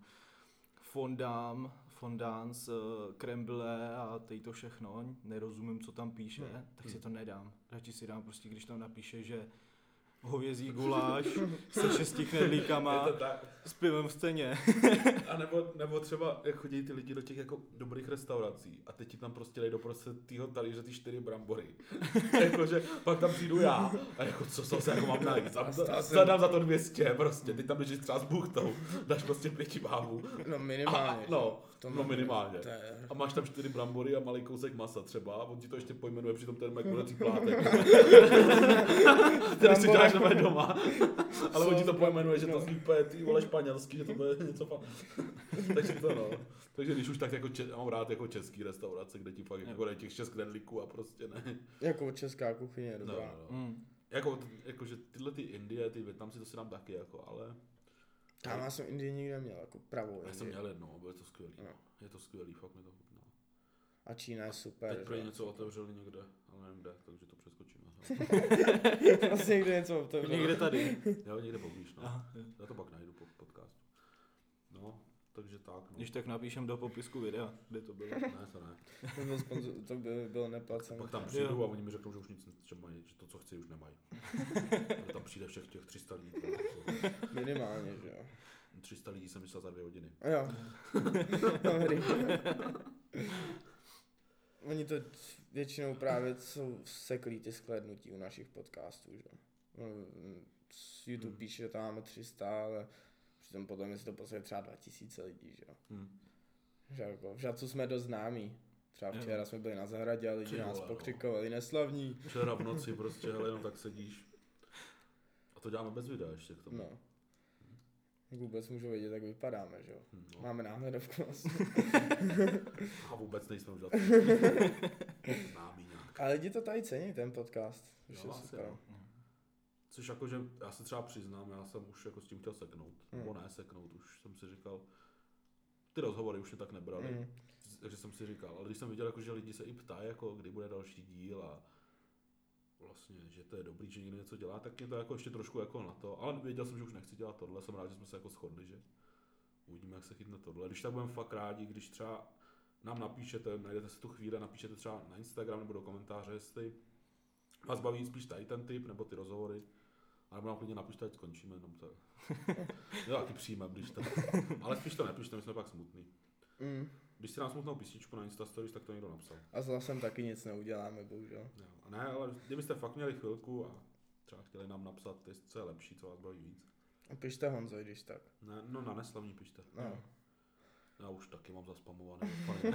fondám, fondán s uh, krembyle a teď to všechno, nerozumím, co tam píše, Hmm. tak si to nedám. Radši si dám prostě, když tam napíše, že hovězí guláš se šesti knedlíkama Je to tak. s pivem v ceně. A nebo, nebo třeba, jak chodí ty lidi do těch jako dobrých restaurací a teď ti tam prostě dají doprostřed týho talíře ty čtyři brambory. Jakože pak tam přijdu já a jako co, co se jako mám najít. Za, A stál za, jsem- zadám za to dvě stě prostě, ty tam běžíš třeba s buchtou, dáš prostě pěti bábu. No minimálně. A, no, že? V tom no minimálně. To je... A máš tam čtyři brambory a malý kousek masa třeba a on ti to ještě pojmenuje přitom ten McDonald's plátek. Který si děláš doma doma. Ale on ti to pojmenuje, že to zní úplně ty vole španělsky, že to bude něco fa... Takže to no. Takže když už tak jako če- já mám rád jako český restaurace, kde ti fakt jako dají těch šest knedlíků a prostě ne. Jako česká kuchyně je No, dobrá. no. Mm. Jako, jako, že tyhle ty Indie, ty Vietnamci, to si dám taky jako, ale Tam já jsem Indii nikdy neměl, jako pravou já jsem Indii. měl jedno, bylo to skvělý. No. Je to skvělý, fakt mi to chutná. A Čína je super. Teď že? prý něco otevřeli někde, ale nevím kde, takže to přeskočíme. Vlastně někde něco otevřel. Někde tady. Jo, někde poblíž, no. Aha. Já to pak najdu po podcastu. No, takže tak, no. Když tak napíšem do popisku videa, kde to bylo. Ne, to ne. To byl sponzor, to by byl neplacený. Pak tam přijdu a oni mi řeknou, že už nic že mají, že to, co chci, už nemají. A tam přijde všech těch tři sta lidí. Minimálně, že jo. tři sta lidí jsem myslel za dvě hodiny. A jo. Dobrý. Oni to většinou právě jsou seklí ty shlédnutí u našich podcastů, že jo. Z YouTube Hmm. píše, že tam máme tři sta, ale přitom potom je to posledně třeba dva tisíce lidí, že jo. Hmm. Že jako, v Žadcu jsme dost známí. Třeba Jo. včera jsme byli na zahradě a lidi Ty nás vole, no. pokřikovali, neslavní. Včera v noci prostě, hele, jenom tak sedíš. A to děláme bez videa ještě k tomu. No. Vůbec můžu vědět, jak vypadáme, že jo. Hm, no. Máme náhledovku vlastně. A vůbec nejsme už známý nějak. A lidi to tady cení, ten podcast. Už Jo, je asi super. jo. Což jako, že já se třeba přiznám, já jsem už jako s tím chtěl seknout. Hmm. Nebo ne seknout, už jsem si říkal, ty rozhovory už mě tak nebrali. Mm. Takže jsem si říkal, ale když jsem viděl, jako, že lidi se i ptají, jako, kdy bude další díl a vlastně, že to je dobrý, že někdo něco dělá, tak mě to jako ještě trošku jako na to, ale věděl jsem, že už nechci dělat tohle, jsem rád, že jsme se jako shodli, že uvidíme, jak se chytne tohle. Když tak budeme fakt rádi, když třeba nám napíšete, najdete si tu chvíli, napíšete třeba na Instagram nebo do komentáře, jestli vás baví spíš tady ten typ, nebo ty rozhovory, a nebo nám klidně napište, ať skončíme, jenom to jo, taky přijmem, když to, ale spíš to nepište, my jsme pak smutný. Mm. Když si nám smutnou písničku na Insta Stories, tak to někdo napsal. A s hlasem taky nic neuděláme, bohužel. Jo. A ne, ale kdybyste fakt měli chvilku a třeba chtěli nám napsat, co je lepší, co vás baví víc. A pište Honzo, když tak. Ne, no na neslavní pište. No. Já už taky mám zaspamované.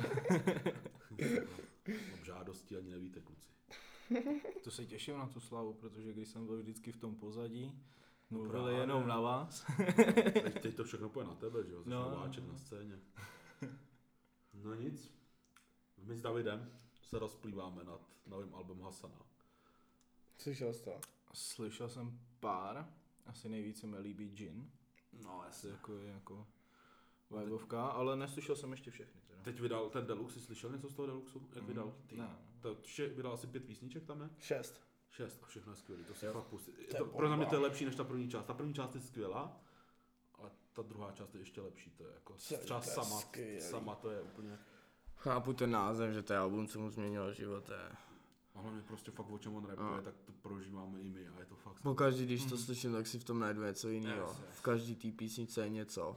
Mám žádosti, ani nevíte, kluci. To se těším na tu slavu, protože když jsem byl vždycky v tom pozadí, mluvili právě. jenom na vás. Teď, teď to všechno půjde na tebe, že jo? Jsi No. nováček na scéně. No nic. My s Davidem se rozplýváme nad novým albem Hasana. Slyšel jsi to? Slyšel jsem pár, asi nejvíce mi líbí Gin, No to jasně. jako je jako vibovka, ale neslyšel jsem ještě všechny teda. Teď vydal ten Deluxe, jsi slyšel něco z toho Deluxu? Jak vydal? Ty. Ne. To vše, vydal asi pět písniček tam, ne? Šest. Šest a všechno je skvělý, to si Jo. fakt pustí. je To, pro bomba. mě to je lepší než ta první část. Ta první část je skvělá, ale ta druhá část je ještě lepší. To je jako To je třeba úplně sama, skvělý. sama to je úplně. Chápu ten název, že to je album, co mu změnilo život. Je. A hlavně prostě fakt o čem on rapuje, No. tak to prožíváme i my a je to fakt. Pokaždý, když to slyším, tak si v tom najdu něco jiného. Yes, yes. V každý té písničce je něco.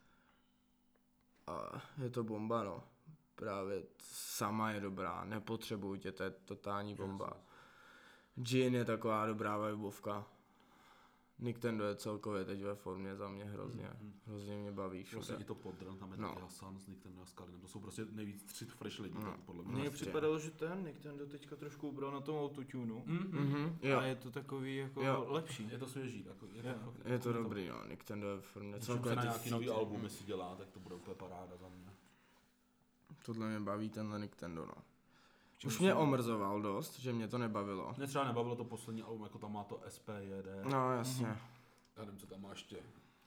A je to bomba, no. Právě sama je dobrá, nepotřebuju tě, to je totální bomba. Gin je taková dobrá vibovka. Nintendo je celkově teď ve formě za mě hrozně, Mhm. hrozně mě baví Prostě všude. i to Podrn, tam je No. taky Hasan s Nicktem a Skalinem, to jsou prostě nejvíc tři fresh lidi, No. tak podle mě. Mně Prostě. připadalo, že ten Nintendo teďka trošku ubral na tom autotunu Mhm, jo, a je to takový jako Jo. lepší. Je to svěží, jako, je to, Jo. fakt, je to dobrý, no, Nintendo je ve formě. Když se Celkově na ty nějaký nový featy- album, jestli dělá, tak to bude úplně paráda za mě. Tohle mě baví, tenhle Nintendo, no. Čemu Už mě jsem- omrzoval dost, že mě to nebavilo. Mě třeba nebavilo to poslední album, jako tam má to S P J D. No, jasně. Já nevím, co tam má ještě.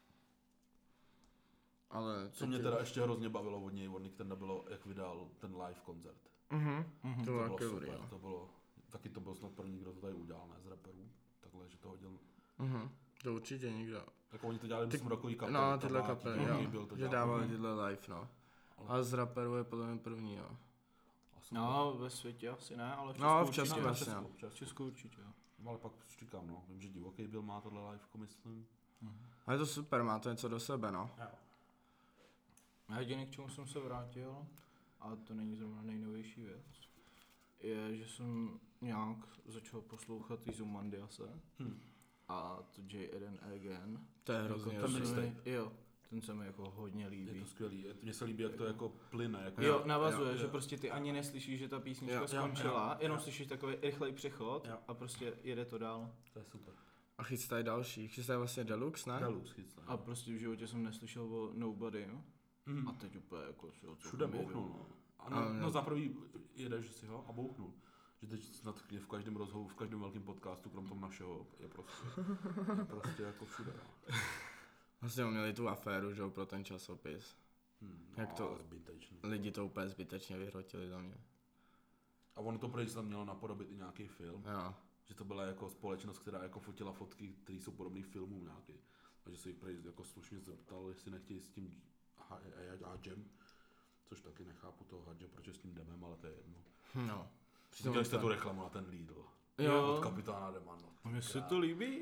Ale Co mě teda ještě hrozně bavilo od něj, od Nintendo bylo, jak vydal ten live koncert. Mhm, Mhm. to To bylo bylo taky super, dobrý, jo. to bylo, taky to byl snad první, kdo to tady udělal, ne, z rapperů. Takhle, že to hodil, Mhm, to určitě nikdo. jako oni to dělali, Ty- myslím, rokový kapely. No, tyhle Tabáky, kapely, Johnny jo. byl to Že dělal. dávali Mhm. tyhle live, no. Ale- Ale z rapperů je podle mě první, jo. A super. No, ve světě asi ne, ale v Česku No, v určitě. Česku No, v jasně. Česku, v V Česku. Česku určitě. No, ale pak říkám, no, vím, že Divoký byl, má tohle live, myslím. Ale je to super, má to něco do sebe, no. A jediný, k čemu jsem se vrátil, a to není zrovna nejnovější věc, je, že jsem nějak začal poslouchat Izumandiase Hm. a to J jeden Again. To je hrozně jako, ten, dobrý. se mi, jo, ten se mi jako hodně Je líbí. to skvělý, je- mně se líbí, jak to jako plyne. Jako Jo, navazuje, jo, že jo. prostě ty ani neslyšíš, že ta písnička Jo, jo, skončila, jo, jenom jo. slyšíš takový rychlej přechod Jo. a prostě jede to dál. To je super. A chystají další. Chystají vlastně Deluxe, ne? Deluxe chytá. A prostě v životě jsem neslyšel o Nobody Mhm. a teď úplně jako si ho Všude celkem jedu. bouchnul, no. A A no, jo. no za prvý jedeš si ho a bouchnul. Že teď snad je v každém rozhovoru, v každém velkém podcastu, krom toho našeho, je prostě, je prostě jako všude. No. Vlastně měli tu aféru, že jo, pro ten časopis. Hmm, Jak to- ale zbytečný. Lidi to úplně zbytečně vyhrotili za mě. A ono to prý tam mělo napodobit i nějaký film. Jo. Že to byla jako společnost, která jako fotila fotky, které jsou podobné filmům nějaký. A že se jich prý jako slušně zeptal, jestli nechtějí s tím a Jam, což taky nechápu toho Hadže, proč je s tím Demem, ale to je jedno. No. Viděli jste tu reklamu na ten Lidl? Jo. Od kapitána Dema, no. Mně se to líbí.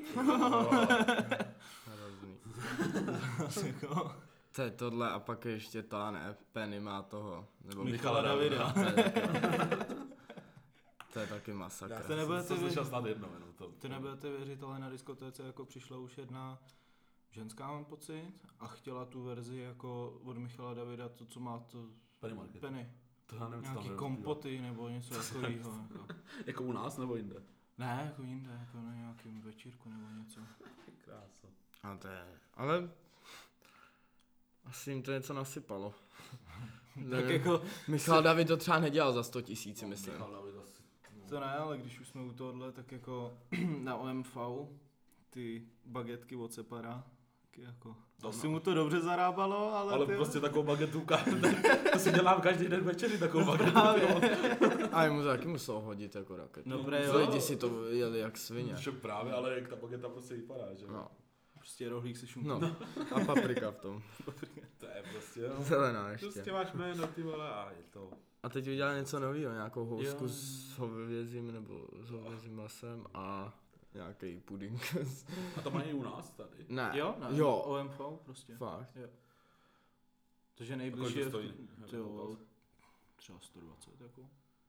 Hrozný. Jako, To je tohle a pak ještě ta, ne, Penny má toho. Nebo Michala Davida. To je taky, to je taky masakr. To nebudete to věřit. slyšel snad jednou, jenom to. Ty nebudete věřit, ale na diskotéce jako přišla už jedna ženská, mám pocit, a chtěla tu verzi jako od Michala Davida, to, co má to Penny Market. Penny. To já nevím, co tam Nějaký je kompoty nebo něco takového. Jako. Jako u nás nebo jinde? Ne, jako jinde, jako na nějakém večírku nebo něco. Krása. A to je, ale asi jim to něco nasypalo. Tak jako, Michal David to třeba nedělal za sto tisíc, myslím. Michal David asi. to ne, ale když už jsme u tohohle, tak jako na O M V ty bagetky od Separa, taky jako, To asi no. mu to dobře zarábalo, ale, Ale ty, prostě takovou bagetu, to si dělám každý den večery, takovou bagetu. A jemu to taky muselo hodit jako raket. No bre, jo. Lidi si to jeli jak svině. Však právě, ale jak ta bageta prostě vypadá, že? No. prostě rohlík se šumí. No. A paprika v tom. To je prostě, jo. Zelená ještě. Prostě máš jméno, ty vole, a je to. A teď udělali něco nového, nějakou housku Jo. s hovězím nebo s hovězím masem a nějaký puding. A to mají u nás tady. Ne. Jo, ne, Jo. O M V prostě. Fakt. Takže A nejbližší kolik je to stojí? v- tyjo, třeba sto dvacet jako.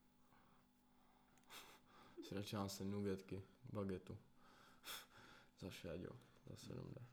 Si radši mám se nugetky, bagetu. Za šéďo, za sedm dé.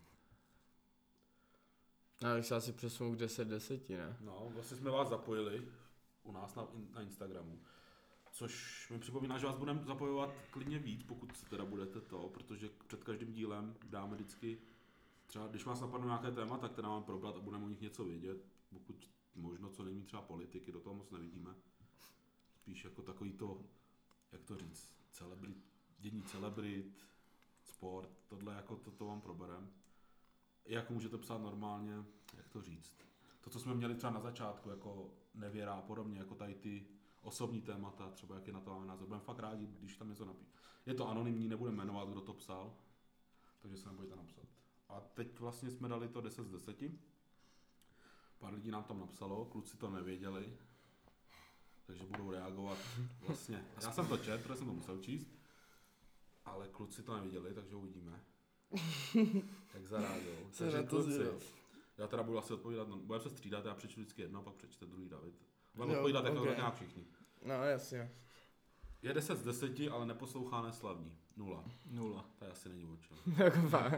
Já bych se asi přesunul k deset deseti, ne? No, vlastně jsme vás zapojili u nás na, na Instagramu. Což mi připomíná, že vás budeme zapojovat klidně víc, pokud teda budete to, protože před každým dílem dáme vždycky, třeba když vás napadnou nějaké témata, které máme probrat a budeme o nich něco vědět, pokud možno co nejméně třeba politiky, do toho moc nevidíme. Spíš jako takový to, jak to říct, celebrit, dění celebrit, sport, tohle jako to, to vám proberem. Jak můžete psát normálně, jak to říct. To, co jsme měli třeba na začátku, jako nevěra a podobně, jako tady ty osobní témata, třeba jak je na to máme názor. Budeme fakt rádi, když tam něco napíše. Je to anonymní, nebudeme jmenovat, kdo to psal, takže se nebojte napsat. A teď vlastně jsme dali to deset z deseti. Pár lidí nám tam napsalo, kluci to nevěděli, takže budou reagovat vlastně. Já jsem to četl, protože jsem to musel číst, ale kluci to nevěděli, takže uvidíme, jak zareagují. Jsem Takže na to kluci, zvědav. já teda budu asi odpovídat, no, budeme se střídat, já přečtu vždycky jedno, pak přečte druhý David. Budeme Jo, odpovídat jako ok. tak nějak všichni. No jasně. Je deset z deseti, ale neposlouchá neslavní. Nula. Nula. To asi není o čem. Jako fakt.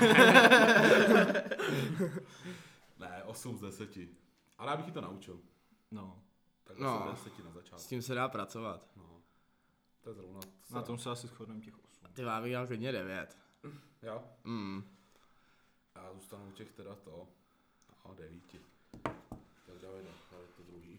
Ne, osm z deseti. Ale já bych ji to naučil. No, Tak No. osm z deseti na S začátku. tím se dá pracovat. No. To je zrovna. na tom se asi shodneme těch osm. Ty já bych dal klidně devět. Jo. Mm. Já zůstanu u těch teda to. No, devíti. Tak Davide, ale to druhý.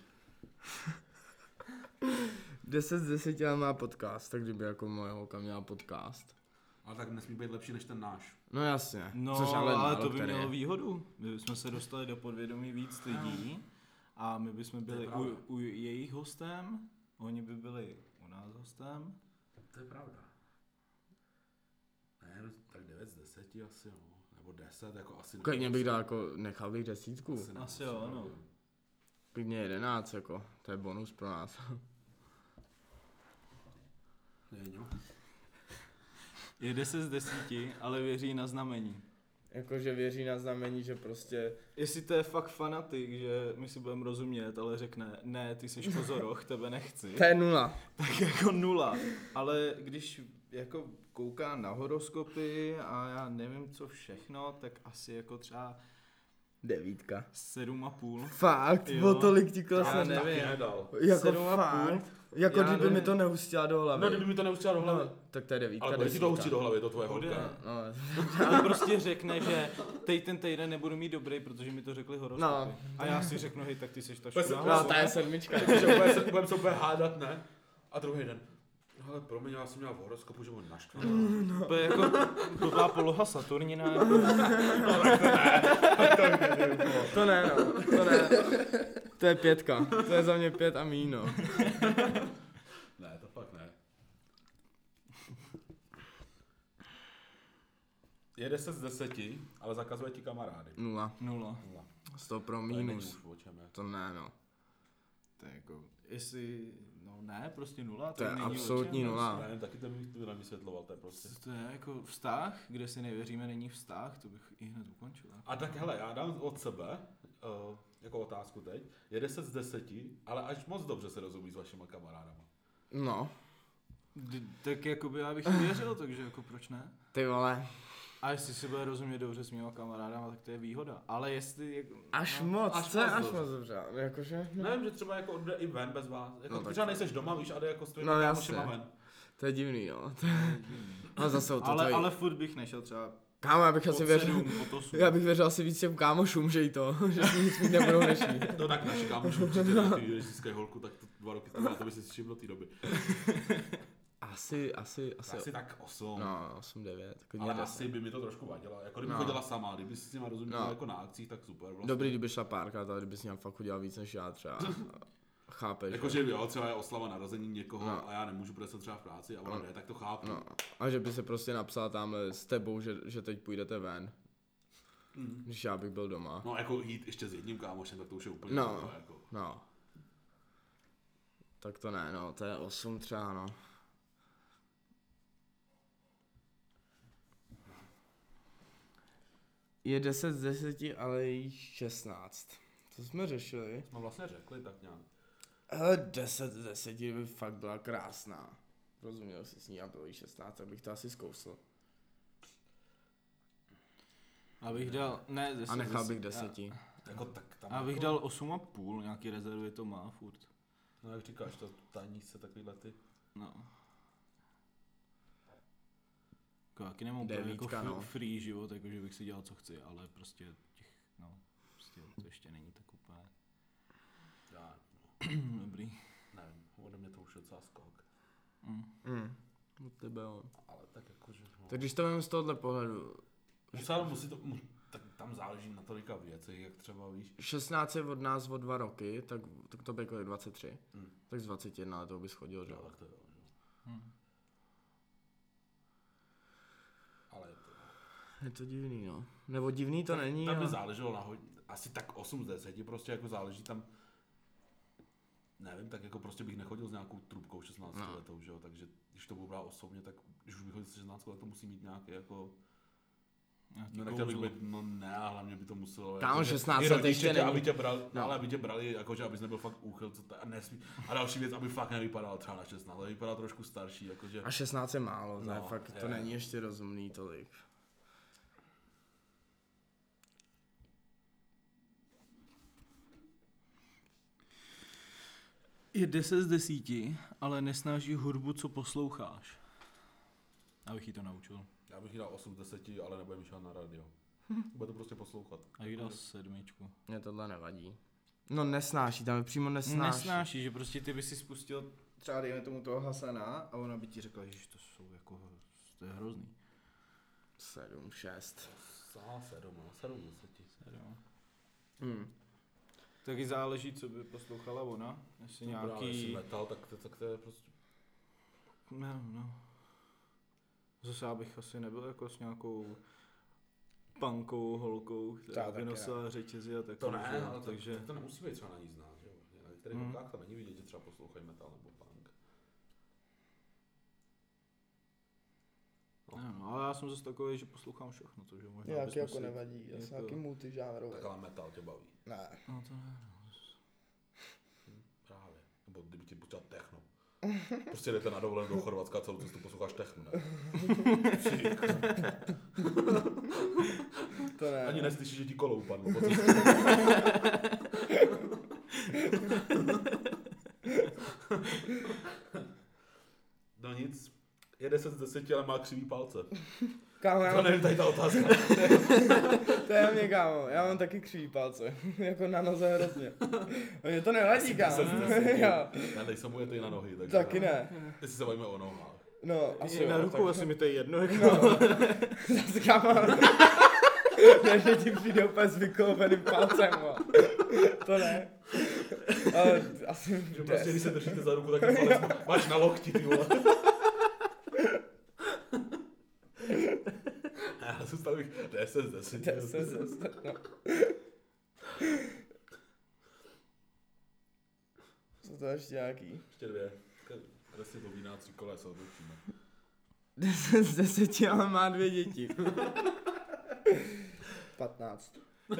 deset z deseti má podcast, tak kdyby jako moje holka měla podcast. Ale tak nesmí být lepší než ten náš. No jasně. No, Což ale, málo to by který mělo je. výhodu. My bychom se dostali do podvědomí víc lidí a my bychom To je byli pravda. u, u jejich hostem, oni by byli u nás hostem. To je pravda. Ne, no, tak devět z deseti asi, no. Nebo deset, jako asi. Klidně bych dal jako, nechal bych desítku. Asi ne, Asi jo, no. Klidně jedenáct jako, to je bonus pro nás. Jeňo. Je deset z deseti, ale věří na znamení. Jakože věří na znamení, že prostě... Jestli to je fakt fanatik, že my si budeme rozumět, ale řekne, ne, ty jsi kozoroch, tebe nechci, To je nula. tak jako nula. Ale když jako kouká na horoskopy a já nevím co všechno, tak asi jako třeba Devítka. sedm a půl. Fakt? Jo. O tolik ti Já klesne. nevím. Taky nedal. Jako sedm a půl. fakt? Jako Já kdyby nevím. mi to nehustila do hlavy. No, kdyby mi to neustřela do hlavy. No, tak to je devítka, Ale bude ti to desítka. hustí do hlavy, to tvoje Bude. holka. No, Ale prostě řekne, že teď ten týden nebudu mít dobrý, protože mi to řekli horoskopy. No. A já si řeknu, hej, tak ty seš ta Pojď se- škoda. no, ta je sedmička. Takže budeme se, budeme se úplně hádat, ne? A druhý den. No ale promiň, já jsem měl v horoskopu, že on naštvaný. To je jako blbá poloha Saturnina. Jako. To ne, no. To ne. To je pětka. To je za mě pět a míno. Ne, to fakt ne. Je deset z deseti, ale zakazuje ti kamarády. Nula. Nula. Nula. sto pro To není minus. už o čem, jak. To ne, no. To je jako, jestli, no ne, prostě nula. To je není o absolutní čem, nula. Já nevím, taky to bych to vysvětloval, to je prostě. To je jako vztah, kde si nevěříme, není vztah, to bych i hned ukončil. A tak hele, já dám od sebe, uh, jako otázku teď, je deset z deseti, ale až moc dobře se rozumí s vašima kamarádama. No, D- tak jakoby já bych jí věřil, takže jako proč ne? ty vole. A jestli si bude rozumět dobře s mýma kamarádama, tak to je výhoda. Ale jestli... Jako, Až no, moc, až co je moc až dobře. moc dobře, jakože, no. Nevím, že třeba jako jde i ven bez vás. Jako No no, tak- třeba nejseš doma, víš, a jde jako s tvými No kámošima jasně. ven. To je divný, no. A zase o to ale, tady. ale furt bych nešel třeba Kámo, já bych asi pod věřil, sedm, pod osm. já bych věřil asi víc těm kámošům, že jí to, že si nic mít nebudou než jí. No tak naši kámoši určitě, ty, když získají holku, tak to dva roky trvá, to by si všiml do té doby. Asi, asi, asi, Asi tak osm. no, osm, devět, Ale klidně asi deset. by mi to trošku vadilo. Jako kdyby No. chodila sama, kdyby si s nima rozuměla No. jako na akcích, tak super. Vlastně. Dobrý, kdyby šla párkrát, ale kdyby s ním fakt chodila víc než já třeba. Chápeš? Jakože jo, třeba je oslava narození někoho No. a já nemůžu, protože jsem třeba v práci a ona No. ne, tak to chápu. No, a že by se prostě napsal tamhle s tebou, že, že teď půjdete ven, Mm. když já bych byl doma. No jako jít ještě s jedním kámošem, tak to už je úplně No. no. jako. No. Tak to ne, no, to je osm třeba, no. Je deset z deseti, ale je jí šestnáct. To jsme řešili. Jsme vlastně řekli tak nějak. Ale deset z deseti by fakt byla krásná. Rozuměl jsi s ní a bylo jí šestnáct, tak bych to asi zkousl. Abych dal, ne, deset, A nechal bych deset, deseti. Jako tak tam A abych jako, dal osm a půl, nějaký rezervy to má furt. No jak říkáš, to tajní se takovýhle ty. No. Jako, taky nemám úplně jako Devítka, f- no. free život, jako že bych si dělal co chci, ale prostě těch, no, prostě to ještě není tak úplně Já dobrý. nevím, ode mě to už je docela skok. Mm. Mm. Od tebe, jo. Ale tak jakože, no. Tak když to vím z tohohle pohledu, Docela musí to, mu- tak tam záleží na tolika věcech, jak třeba víš. šestnáct je od nás o dva roky, tak, tak to by kolik dvacet tři. Hmm. Tak z dvacet jedna na to bys chodil, že No, jo. tak to jo, že? Hmm. Ale je to. Je to divný, no. Nebo divný to není, Tam by ale... záleželo na hodně, asi tak osm z deseti, prostě jako záleží tam, nevím, tak jako prostě bych nechodil s nějakou trubkou šestnáct No. letou, že jo, takže když to budu brát osobně, tak když už bych chodil s šestnáct let, to musí mít nějaký jako, Nějaký no nechtěl bych kouzlo. být, no ne, a hlavně by to muselo, Kámo, jako, že šestnáct i let rodiče ještě tě, není. aby tě brali, No. no. ale aby tě brali, jakože abys nebyl fakt úchyl, co ta, a nesmí, a další věc, aby fakt nevypadal třeba na šestnáct, ale vypadal trošku starší, jakože, A šestnáct je málo, to, je No, fakt, to je. není ještě rozumný tolik. Je deset z desíti, ale nesnáší hudbu, co posloucháš. Abych jí to naučil. já bych jí dal osm z deseti, ale nebudem šel na radio. Bude to prostě poslouchat. A jí dal sedmičku. Mně tohle nevadí. No nesnáší, tam je přímo nesnáší. Nesnáší, že prostě ty by si spustil třeba dejme tomu toho Hasana a ona by ti řekla, že to jsou jako, to je hrozný. sedm, šest. Sá sedm, no, sedm z deseti. Serio. Hmm. Taky záleží, co by poslouchala ona. Jestli Právě, jestli nějaký... metal, tak to, tak to je prostě... No, no. Zase já bych asi nebyl jako s nějakou punkovou holkou, která Já by taky nosila řetězy a tak. To ne, ale to, takže... to nemusí být třeba na ní znát, že jo. Na některých Hmm. holkách to není vidět, že třeba poslouchají metal nebo punk. No. No, no, ale já jsem zase takový, že poslouchám všechno, takže možná Nějaký bychom jako si... nevadí, já jsem jako- nějaký multižánrový. Tak ale metal tě baví. Ne. No to ne. Právě. Nebo kdyby ti pustil techno. Prostě jdete na dovolenou do Chorvatska a celou cestu posloucháš techno, ne? To ne. Ani neslyšíš, že ti kolo upadlo po cestě. No nic. Je deset z deseti, ale má křivý palce. Kámo, já To mám, nevím, tady ta otázka. to je mě, kámo, já mám taky křivý palce, jako na noze hrozně. Mně to nevadí, kámo. deset z deseti. Jo, Já nejsem mu je ty na nohy, takže... taky ne. Jestli se bavíme o nohách. No, asi I na jo, rukou tak- asi mi to je jedno, jako... No, zase kámo, ne, že ti přijde úplně s vykloubeným palcem, jo. To ne. Ale asi Že prostě, když se držíte za ruku, tak ten palec má- máš na lokti, ty vole. Já zůstal bych deset z deseti. deset, deset, no. Co to ještě nějaký? Ještě dvě. Kde si to víná tři kolesa odlučíme. deset z deseti, ale má dvě děti. patnáct.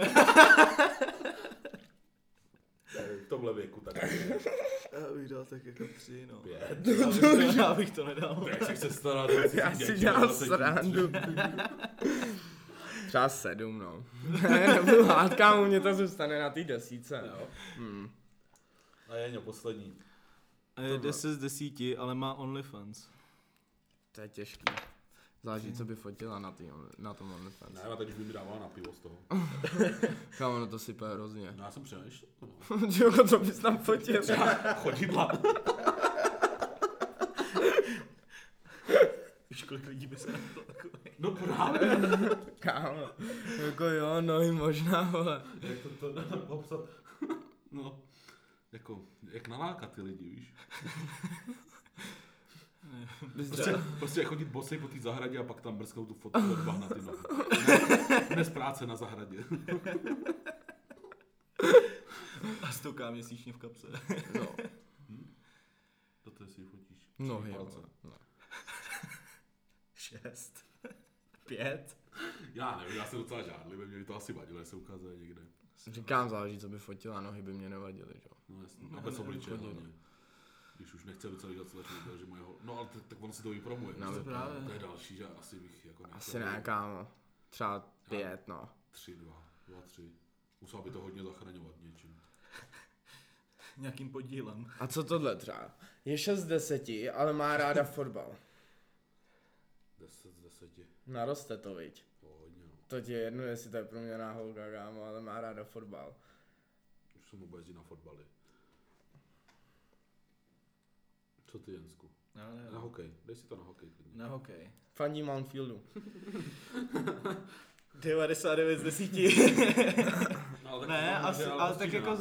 V tomhle věku tak. Já bych dal tak jako tři, no. Pět. Já bych to, já bych to nedal. Jak se starat. Já si dělám srandu. Třeba sedm, no. Nebudu hádka, u mě to zůstane na té desíce. Jo. Hmm. A Jeňo, poslední. A je deset z deseti, ale má OnlyFans. To je těžký. Záleží, co by fotila na, tý, na tom OnlyFans. Ne, a teď už by mi dávala na pivo z toho. Kámo, no to sype hrozně. No já jsem přemýšlel. Čoko, co bys tam fotil? Chodidla. Víš, kolik lidí by se nebylo takový. No právě. Kámo, jako jo, no i možná, vole. Jak to, to popsat? No, jako, jak nalákat ty lidi, víš? Prostě, prostě chodit bosej po té zahradě a pak tam brsknout tu fotku od bahna ty nohy. Dnes práce na zahradě. A stoká měsíčně v kapse. No. Hm? To si fotíš. Nohy, palce. no. Šest. Pět. Já nevím, já jsem docela žádlivý, mě by to asi vadilo, že se ukazuje někde. Říkám, záleží, co by fotila, nohy by mě nevadily, že jo. No jasně, a bez obličeje chodidla. hlavně. Když už nechce do celého slečny, že moje ho... No ale tak, tak on si to vypromuje. No, to, právě. to je další, že asi bych jako nechtěl. Asi ne, kámo. Třeba pět, no. Tři, dva, dva, tři. Musel by to hodně zachraňovat něčím. Nějakým podílem. A co tohle třeba? Je šest z deseti, ale má ráda fotbal. Deset z deseti. Naroste to, viď? Pohodně, no. To ti je jedno, jestli to je průměrná holka, kámo, ale má ráda fotbal. Už jsem vůbec jezdit na fotbaly. Co ty, Jensku? No, Na ne, hokej, dej si to na hokej klidně. na hokej. Fandí Mountfieldu. devadesát devět z deseti. No, ale Ne, tak asi, ale tak jako...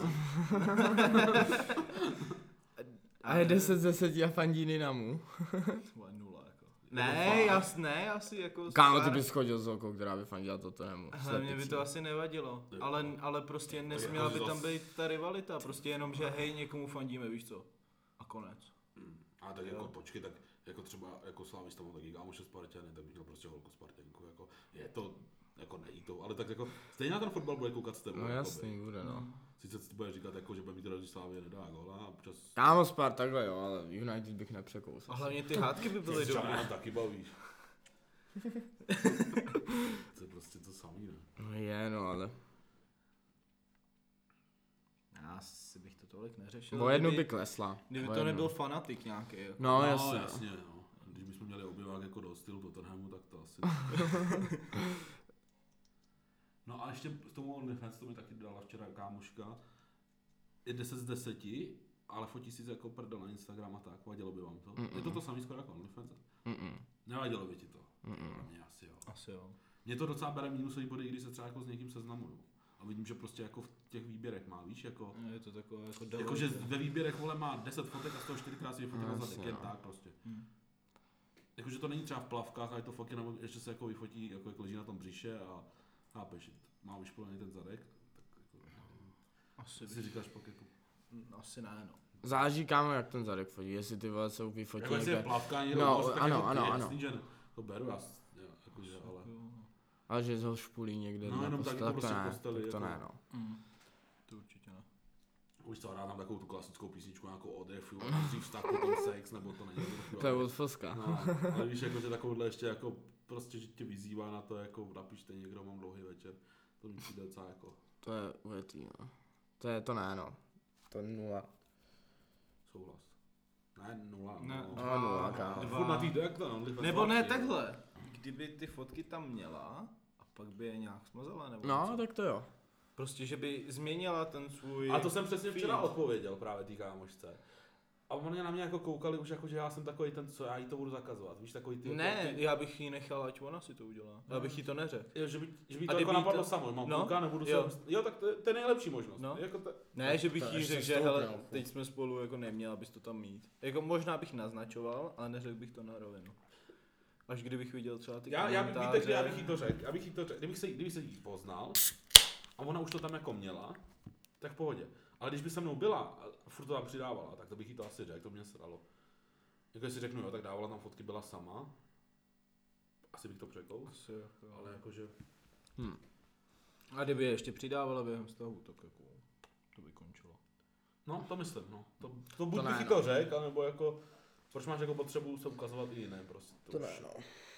A je deset z deseti a fandí Dynamu. Tvoje nula, jako. Ne, jas, ne, asi jako... Kámo, ty pár- bys chodil z holkou, která by fandila Tottenhamu. Hele, mě by to asi nevadilo, ale, ale prostě nesměla by tam být ta rivalita, prostě jenom, že hej, někomu fandíme, víš co? A konec. Hmm. A tak jako počkej, tak jako třeba jako Slávista mám taky kámoše Spartany, tak bych měl prostě holku Spartanku, jako je to, jako nejí to, ale tak jako stejně na ten fotbal bude koukat s tebou. No jakoby. jasný, bude no. Sice ti bude říkat jako, že bude mít rád, že Slávě nedá góla a občas... Kámo, Spart takhle jo, ale United bych nepřekous. A hlavně ty hádky by byly Třeba dobré. nám taky bavíš. To je prostě to samý, ne? No je, no, ale... Já si bych to tolik neřešil. Bo jednou kdyby- by klesla. Kdyby Bo to jednou. nebyl fanatik nějaký. Jako. No, No jasně. jasně, no. Když bychom měli objevák jako do stylu Tottenhamu, tak to asi... No a ještě k tomu OnlyFans, to mi taky dala včera kámoška. Je deset z deseti, ale fotí si jako prdel na Instagram a tak, vadilo by vám to? Mm-mm. Je to to samý skoro jako OnlyFans? Mm-mm. Nevadilo by ti to? Mm-mm. Mně asi jo. Asi jo. Mně to docela bere minusový body, když se třeba jako s někým seznamuju. A vidím, že prostě jako v těch výběrech má, víš, jako... Je to takové jako Jako, že ve výběrech, vole, má deset fotek a z toho čtyři krásně fotek No, na zadek, jasně, jen no. tak prostě. Hmm. Jakože to není třeba v plavkách, ale je to fakt jenom, ještě se jako vyfotí, jako jak leží na tom břiše a chápeš, má vyšpolený ten zadek, tak jako, nevím. Asi, si bych, říkáš pak jako... asi ne, no. Záleží, kámo, jak ten zadek fotí, jestli ty vole jsou vyfotí Jako jestli je někde. plavka někdo No, umoř, tak ano, jako ano, ty, ano. jasný, že ne. To beru, já, s- jo, jakože, ale... Jo. Ale že ho špulí někde No, na jenom postel, tak tak to prostě v ne, posteli, tak to jako- ne, no. Mm. To určitě ne. Už co, hrát tam takovou tu klasickou písničku, nějakou odefu, dřív vztah, potom sex, nebo to není. To je od Foska. No, ale víš, jako, že takovouhle ještě jako, prostě, že tě vyzývá na to, jako napište někdo, mám dlouhý večer. To mi přijde docela jako To je ujetý, no. To je, to ne, no. To je nula. souhlas. Ne, nula. Ne, no. dva, nula, kámo. dva. Furt na tý, jak to, no, Nebo ne takhle. Kdyby ty fotky tam měla a pak by je nějak smazala, nebo No, něco. tak to jo. Prostě, že by změnila ten svůj... A to jsem přesně včera feed. odpověděl právě tý kámošce. A oni na mě jako koukali už jako, že já jsem takový ten, co já jí to budu zakazovat, víš, takový ty... Ne, jako, ty, já bych jí nechal, ať ona si to udělá. Já bych jí to neřekl. jo, že by, že by A to jako kdyby jí napadlo to- samo, mám no, kluka, nebudu jo. se... Jo, tak to, je- to je nejlepší možnost. No. Jako to, Ne, že bych to jí ještě řekl, že stoupne, hele, no. teď jsme spolu, jako neměla bys to tam mít. Jako možná bych naznačoval, ale neřekl bych to na rovinu. Až kdybych viděl třeba ty já, já bych, víte, komentáře. že já bych jí to řekl, já bych jí to řekl, kdybych se, kdybych se jí poznal a ona už to tam jako měla, tak v pohodě. Ale když by se mnou byla a furt to tam přidávala, tak to bych jí to asi řekl, to mě sralo. Jako jestli řeknu, jo, tak dávala tam fotky, byla sama. Asi bych to překol. Asi jako, Ale jakože... Hm. A kdyby je ještě přidávala během vztahu, tak jako to by končilo. No, to myslím, no. To, to buď To ne, bych jí no. to řekl, nebo jako... Proč máš jako potřebu se ukazovat i jiném prostě. To už- ne, no.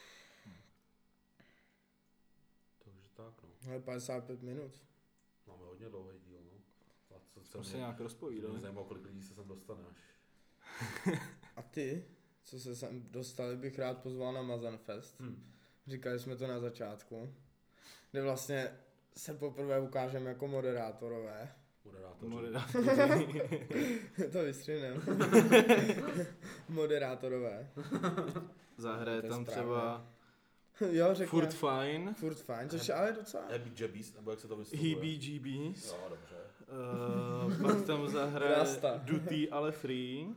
Takže tak, no. Ale padesát pět minut. Máme hodně dlouhý díl, no. A co To se se nějak mě, rozpovídal. mě zajímalo, kolik lidí se sem dostane až. A ty, co se sem dostali, bych rád pozval na Mazan Fest. Hm. Říkali jsme to na začátku. Kde vlastně se poprvé ukážeme jako moderátorové. Moderátoři. Moderátoři. To vystřihnem. Moderátorové. Zahraje To je tam správně. třeba Jo, řekně. Furt Fine, Furt fajn, což je ale docela. Heebie Jabbies, nebo jak se to vyslovuje? Heebie Jeebies, Jo, dobře. uh, pak tam zahraje Rasta. Duty, ale free.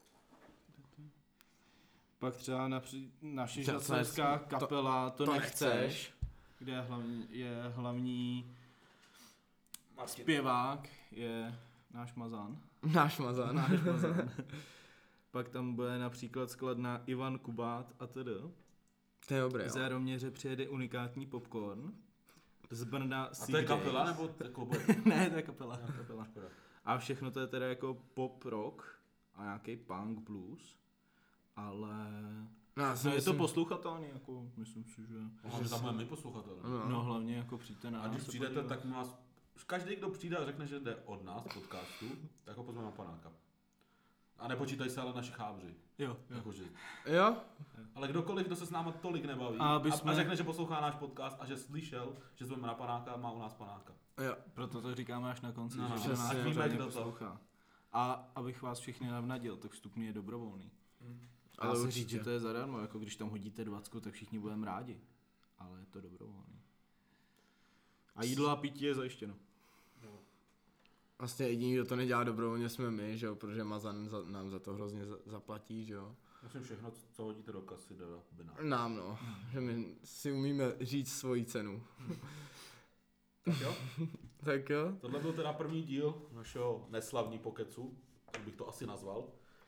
Pak třeba napří, naše To- to žacelská to- kapela To, to nechceš, nechceš. kde je hlavní, je hlavní Martin. zpěvák, je náš Mazan. Náš Mazan. Náš Mazan. Pak tam bude například skladná Ivan Kubát a tedy. To je dobré, Z jo. Jaroměře přijede unikátní popcorn. Z Brna A to je kapela nebo to je klubový? Ne, to je kapela. kapela. Škoda. A všechno to je teda jako pop rock a nějaký punk blues. Ale No, já si no, je to myslím- poslouchatelný, jako myslím si, že... Hlavně tam budeme my poslouchatel. No. No hlavně jako přijďte na A když nás přijdete, podívat. tak nás... Každý, kdo přijde a řekne, že jde od nás, z podcastu, tak ho pozveme na panáka. A nepočítají se ale naši chábři. Jo, jo. Jakože. Jo? Ale kdokoliv, kdo se s náma tolik nebaví A a, aby a, jsme- a řekne, že poslouchá náš podcast a že slyšel, že jsme na panáka, má u nás panáka. Jo. Proto to říkáme až na konci, No, no, že přesně. nás Ať víme, pořádně kdo to. poslouchá. A abych vás všechny navnadil, tak vstupní je dobrovolný. Ale Ale se určitě. říct, že to je zadarmo, jako když tam hodíte dvacku, tak všichni budeme rádi. Ale je to dobrovolný. A jídlo a pití je zajištěno. Vlastně jediný, kdo to nedělá dobrovolně, jsme my, že jo, protože Mazan za, nám za to hrozně za, zaplatí, že jo. Myslím všechno, co hodíte do kasy, jde by na. Nám no, že my si umíme říct svoji cenu. Tak jo? Tak jo. Tohle byl teda první díl našeho neslavní pokecu, tak bych to asi nazval.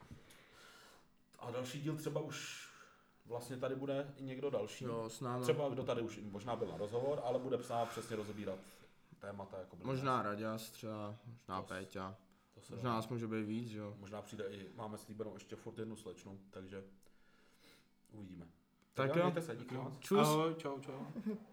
A další díl třeba už vlastně tady bude i někdo další. Jo, s námi. Třeba kdo tady už možná byl na rozhovor, ale bude psát přesně rozebírat témata. Jako byl Možná dnes. Raďas třeba, možná To s- Péťa. To se Možná nás může být víc, že jo. Možná přijde i, máme slíbenou ještě furt jednu slečnu, takže uvidíme. Tak jo. Mějte se, díky moc. Čus. Ahoj, čau, čau.